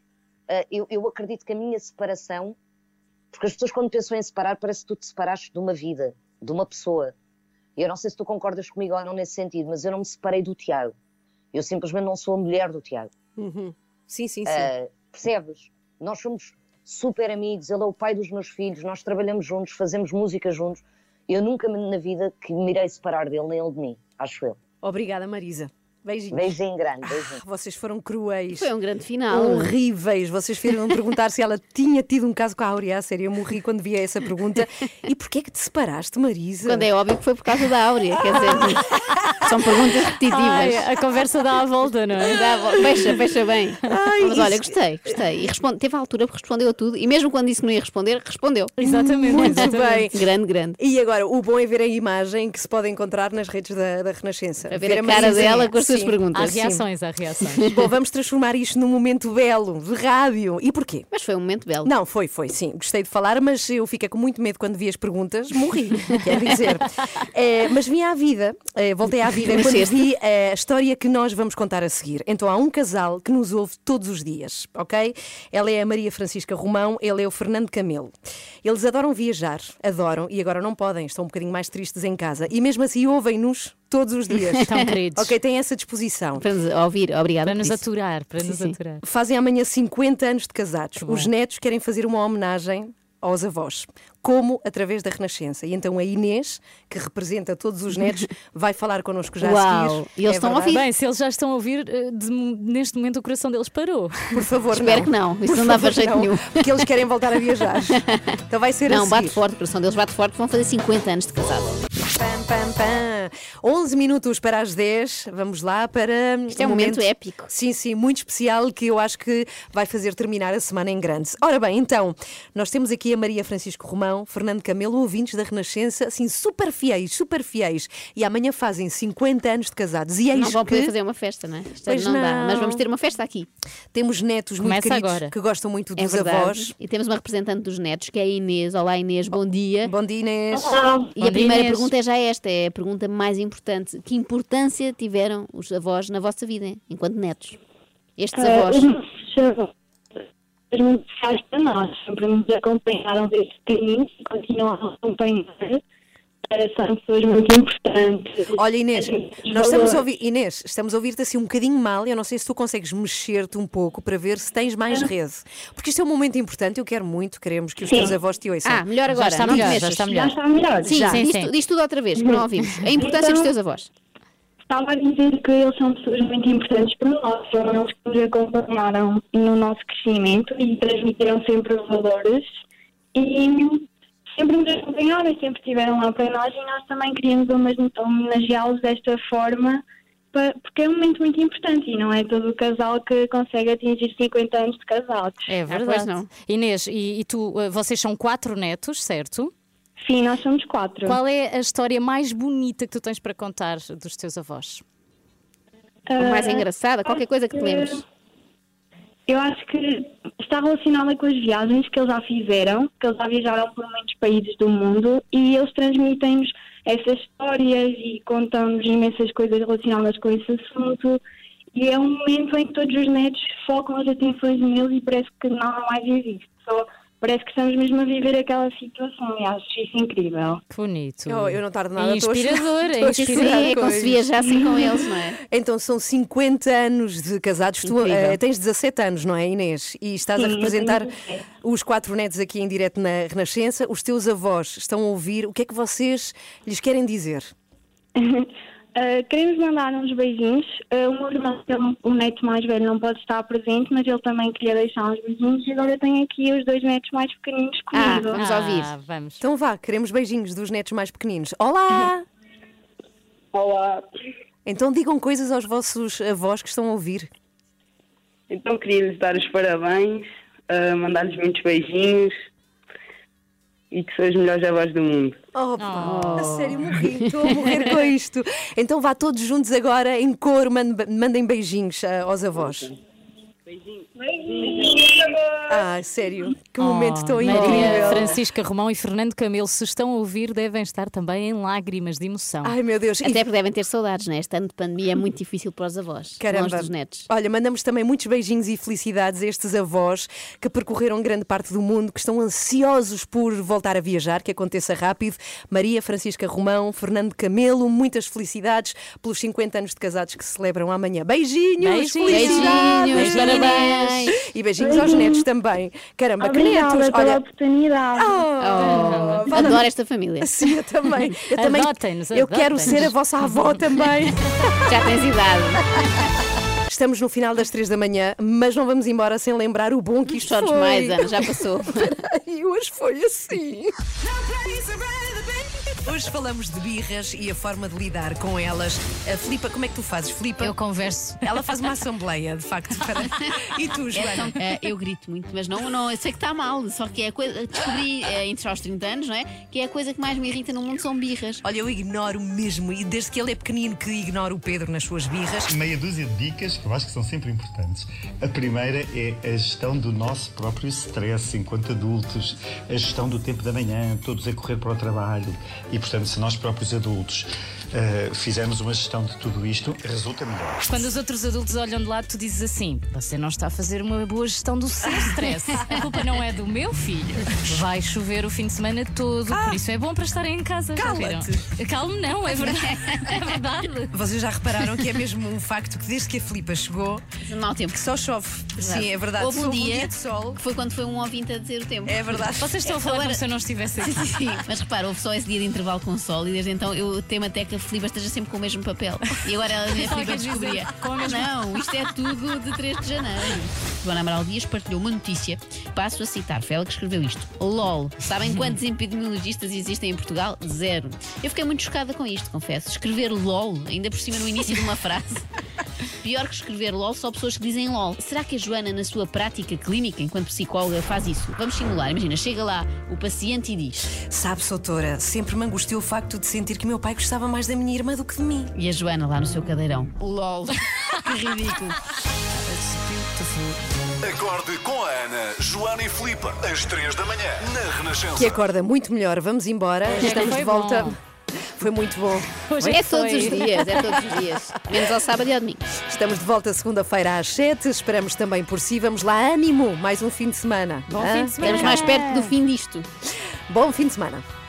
eu acredito que a minha separação, porque as pessoas quando pensam em separar, parece que tu te separaste de uma vida, de uma pessoa. E eu não sei se tu concordas comigo ou não nesse sentido, mas eu não me separei do Tiago. Eu simplesmente não sou a mulher do Tiago. Uhum. Sim. Percebes? Nós somos super amigos, ele é o pai dos meus filhos, nós trabalhamos juntos, fazemos música juntos. Eu nunca na vida que me irei separar dele, nem ele de mim, acho eu. Obrigada, Marisa. Beijinhos. Beijinho grande, beijinho. Vocês foram cruéis. Foi um grande final. Horríveis. Vocês viram perguntar se ela tinha tido um caso com a Áurea. A sério, eu morri quando vi essa pergunta. E porquê é que te separaste, Marisa? Quando é óbvio que foi por causa da Áurea, quer dizer, são perguntas repetitivas. Ai, a conversa dá a volta, não é? Fecha bem. Mas olha, gostei. E teve a altura que respondeu a tudo, e mesmo quando disse que não ia responder, respondeu. Exatamente. Muito bem. Grande. E agora, o bom é ver a imagem que se pode encontrar nas redes da Renascença. A ver a cara dela com as suas perguntas. Há reações. Bom, vamos transformar isto num momento belo de rádio. E porquê? Mas foi um momento belo. Não, foi, sim. Gostei de falar, mas eu fiquei com muito medo quando vi as perguntas. Morri, quer dizer. Mas vim à vida, voltei à vida quando vi a história que nós vamos contar a seguir. Então há um casal que nos ouve todos os dias, ok? Ela é a Maria Francisca Romão, ele é o Fernando Camelo. Eles adoram viajar, e agora não podem, estão um bocadinho mais tristes em casa. E mesmo assim ouvem-nos todos os dias. Estão queridos. Ok, têm essa disposição. Para nos ouvir, obrigada. Para nos aturar. Fazem amanhã 50 anos de casados. Os netos querem fazer uma homenagem aos avós, como através da Renascença. E então a Inês, que representa todos os netos, vai falar connosco já a seguir. E eles estão a ouvir. Bem, se eles já estão a ouvir, neste momento o coração deles parou. Por favor, Espero que não. Isso não dá para jeito nenhum. Porque eles querem voltar a viajar. Então vai ser Não, a bate forte, o coração deles bate forte, vão fazer 50 anos de casado. 11 minutos para as 10. Vamos lá para... Isto é um momento épico. Sim, muito especial, que eu acho que vai fazer terminar a semana em grande. Ora bem, então, nós temos aqui a Maria Francisco Romão, Fernando Camelo, ouvintes da Renascença, assim, super fiéis. E amanhã fazem 50 anos de casados. E não vão poder fazer uma festa, não é? Pois não dá, mas vamos ter uma festa aqui. Temos netos muito queridos agora. Que gostam muito dos verdade. avós. E temos uma representante dos netos, que é a Inês. Olá, Inês, bom dia. Bom dia, Inês. E a primeira pergunta é já esta, é a pergunta mais importante. Que importância tiveram os avós na vossa vida, enquanto netos? Estes avós. Os muito especiais para nós, sempre nos acompanharam desde pequeninos e continuam a acompanhar. São pessoas muito importantes. Olha, Inês, nós estamos a ouvir, estamos a ouvir-te assim um bocadinho mal. Eu não sei se tu consegues mexer-te um pouco para ver se tens mais rede. Porque isto é um momento importante. Eu queremos que os teus avós te ouçam. Melhor agora. Já está melhor. Sim. Diz tudo outra vez, que não ouvimos. A importância dos teus avós. Estava a dizer que eles são pessoas muito importantes para nós, foram eles que nos acompanharam no nosso crescimento e transmitiram sempre os valores e sempre nos acompanharam e sempre estiveram lá para nós e nós também queríamos homenageá-los desta forma, porque é um momento muito importante e não é todo o casal que consegue atingir 50 anos de casados. É verdade. Pois não. Inês, e tu, vocês são 4 netos, certo? Sim, nós somos 4. Qual é a história mais bonita que tu tens para contar dos teus avós? Ou mais engraçada, qualquer coisa que te lembres. Eu acho que está relacionada com as viagens que eles já fizeram, que eles já viajaram por muitos países do mundo e eles transmitem-nos essas histórias e contam-nos imensas coisas relacionadas com esse assunto. E é um momento em que todos os netos focam as atenções neles e parece que nada mais existe. Só parece que estamos mesmo a viver aquela situação e acho isso incrível. Que bonito. Eu não tardo nada. Inspirador, estou a chorar. É como se viajassem com eles, não é? Então são 50 anos de casados. Tu tens 17 anos, não é, Inês? E estás a representar os 4 netos aqui em direto na Renascença. Os teus avós estão a ouvir. O que é que vocês lhes querem dizer? Queremos mandar uns beijinhos. O meu irmão, o neto mais velho, não pode estar presente, mas ele também queria deixar uns beijinhos. E agora tenho aqui os 2 netos mais pequeninos comigo. Vamos ouvir. Vamos. Então vá, queremos beijinhos dos netos mais pequeninos. Olá! Olá! Então digam coisas aos vossos avós que estão a ouvir. Então queria-lhes dar os parabéns, mandar-lhes muitos beijinhos e que são os melhores avós do mundo. A sério, morri, estou a morrer com isto. Então vá todos juntos agora em coro, mandem beijinhos aos avós. Beijinhos. Sério, que momento tão Maria incrível. Francisca Romão e Fernando Camelo, se estão a ouvir, devem estar também em lágrimas de emoção. Ai, meu Deus. Até porque devem ter saudades, não é? Este ano de pandemia é muito difícil para os avós. Caramba. Longe dos netos. Olha, mandamos também muitos beijinhos e felicidades a estes avós que percorreram grande parte do mundo, que estão ansiosos por voltar a viajar, que aconteça rápido. Maria Francisca Romão, Fernando Camelo, muitas felicidades pelos 50 anos de casados que se celebram amanhã. Beijinhos! Felicidades! Beijinhos, parabéns! E beijinhos aos netos também. Caramba, que netos! Obrigada pela oportunidade. Adoro esta família. Sim, eu também. Adotem-nos, Eu quero ser a vossa avó também. Já tens idade. Estamos no final das 3 da manhã, mas não vamos embora sem lembrar o bom que isto Choros foi. mais, Ana, já passou. Peraí, hoje foi assim. Hoje falamos de birras e a forma de lidar com elas. A Filipa, como é que tu fazes, Filipa? Eu converso. Ela faz uma assembleia, de facto. E tu, Joana? Eu grito muito, mas não, eu sei que está mal. Só que é a coisa, descobri entre aos 30 anos, não é? Que é a coisa que mais me irrita no mundo são birras. Olha, eu ignoro mesmo, e desde que ele é pequenino que ignoro o Pedro nas suas birras. Meia dúzia de dicas que eu acho que são sempre importantes. A primeira é a gestão do nosso próprio stress enquanto adultos, a gestão do tempo da manhã, todos a correr para o trabalho. E, portanto, se nós próprios adultos fizermos uma gestão de tudo isto, resulta melhor. Quando os outros adultos olham de lado, tu dizes assim: você não está a fazer uma boa gestão do seu stress. A culpa não é do meu filho. Vai chover o fim de semana todo, por isso é bom para estarem em casa. Cala-te. Calme, não, é verdade. É verdade. Vocês já repararam que é mesmo um facto que desde que a Filipa chegou, mau tempo. Que só chove. Sim, é verdade. Houve um dia de sol. que foi quando foi um ouvinte a dizer o tempo. É verdade. Vocês estão a falar como se eu não estivesse aqui. Sim, mas repara, houve só esse dia de intervalo com sol e desde então eu temo até que a Filipa esteja sempre com o mesmo papel. E agora a minha Filipa descobria. Não, isto é tudo de 3 de janeiro. Joana Amaral Dias partilhou uma notícia. Passo a citar. Foi ela que escreveu isto. LOL. Sabem quantos epidemiologistas existem em Portugal? 0. Eu fiquei muito chocada com isto, confesso. Escrever LOL, ainda por cima no início de uma frase. Pior que escrever LOL, só pessoas que dizem LOL. Será que a Joana, na sua prática clínica, enquanto psicóloga, faz isso? Vamos simular. Imagina, chega lá o paciente e diz: sabe, doutora, sempre me angustiou o facto de sentir que meu pai gostava mais da minha irmã do que de mim. E a Joana lá no seu cadeirão: LOL. Que ridículo. Acorde com a Ana, Joana e Filipa, às 3 da manhã, na Renascença. Que acorda muito melhor. Vamos embora. Estamos de volta. Bom. Foi muito bom. É todos os dias, menos ao sábado e ao domingo. Estamos de volta segunda-feira às 7. Esperamos também por si. Vamos lá, ânimo. Mais um fim de semana. Bom fim de semana. Estamos mais perto do fim disto. Bom fim de semana.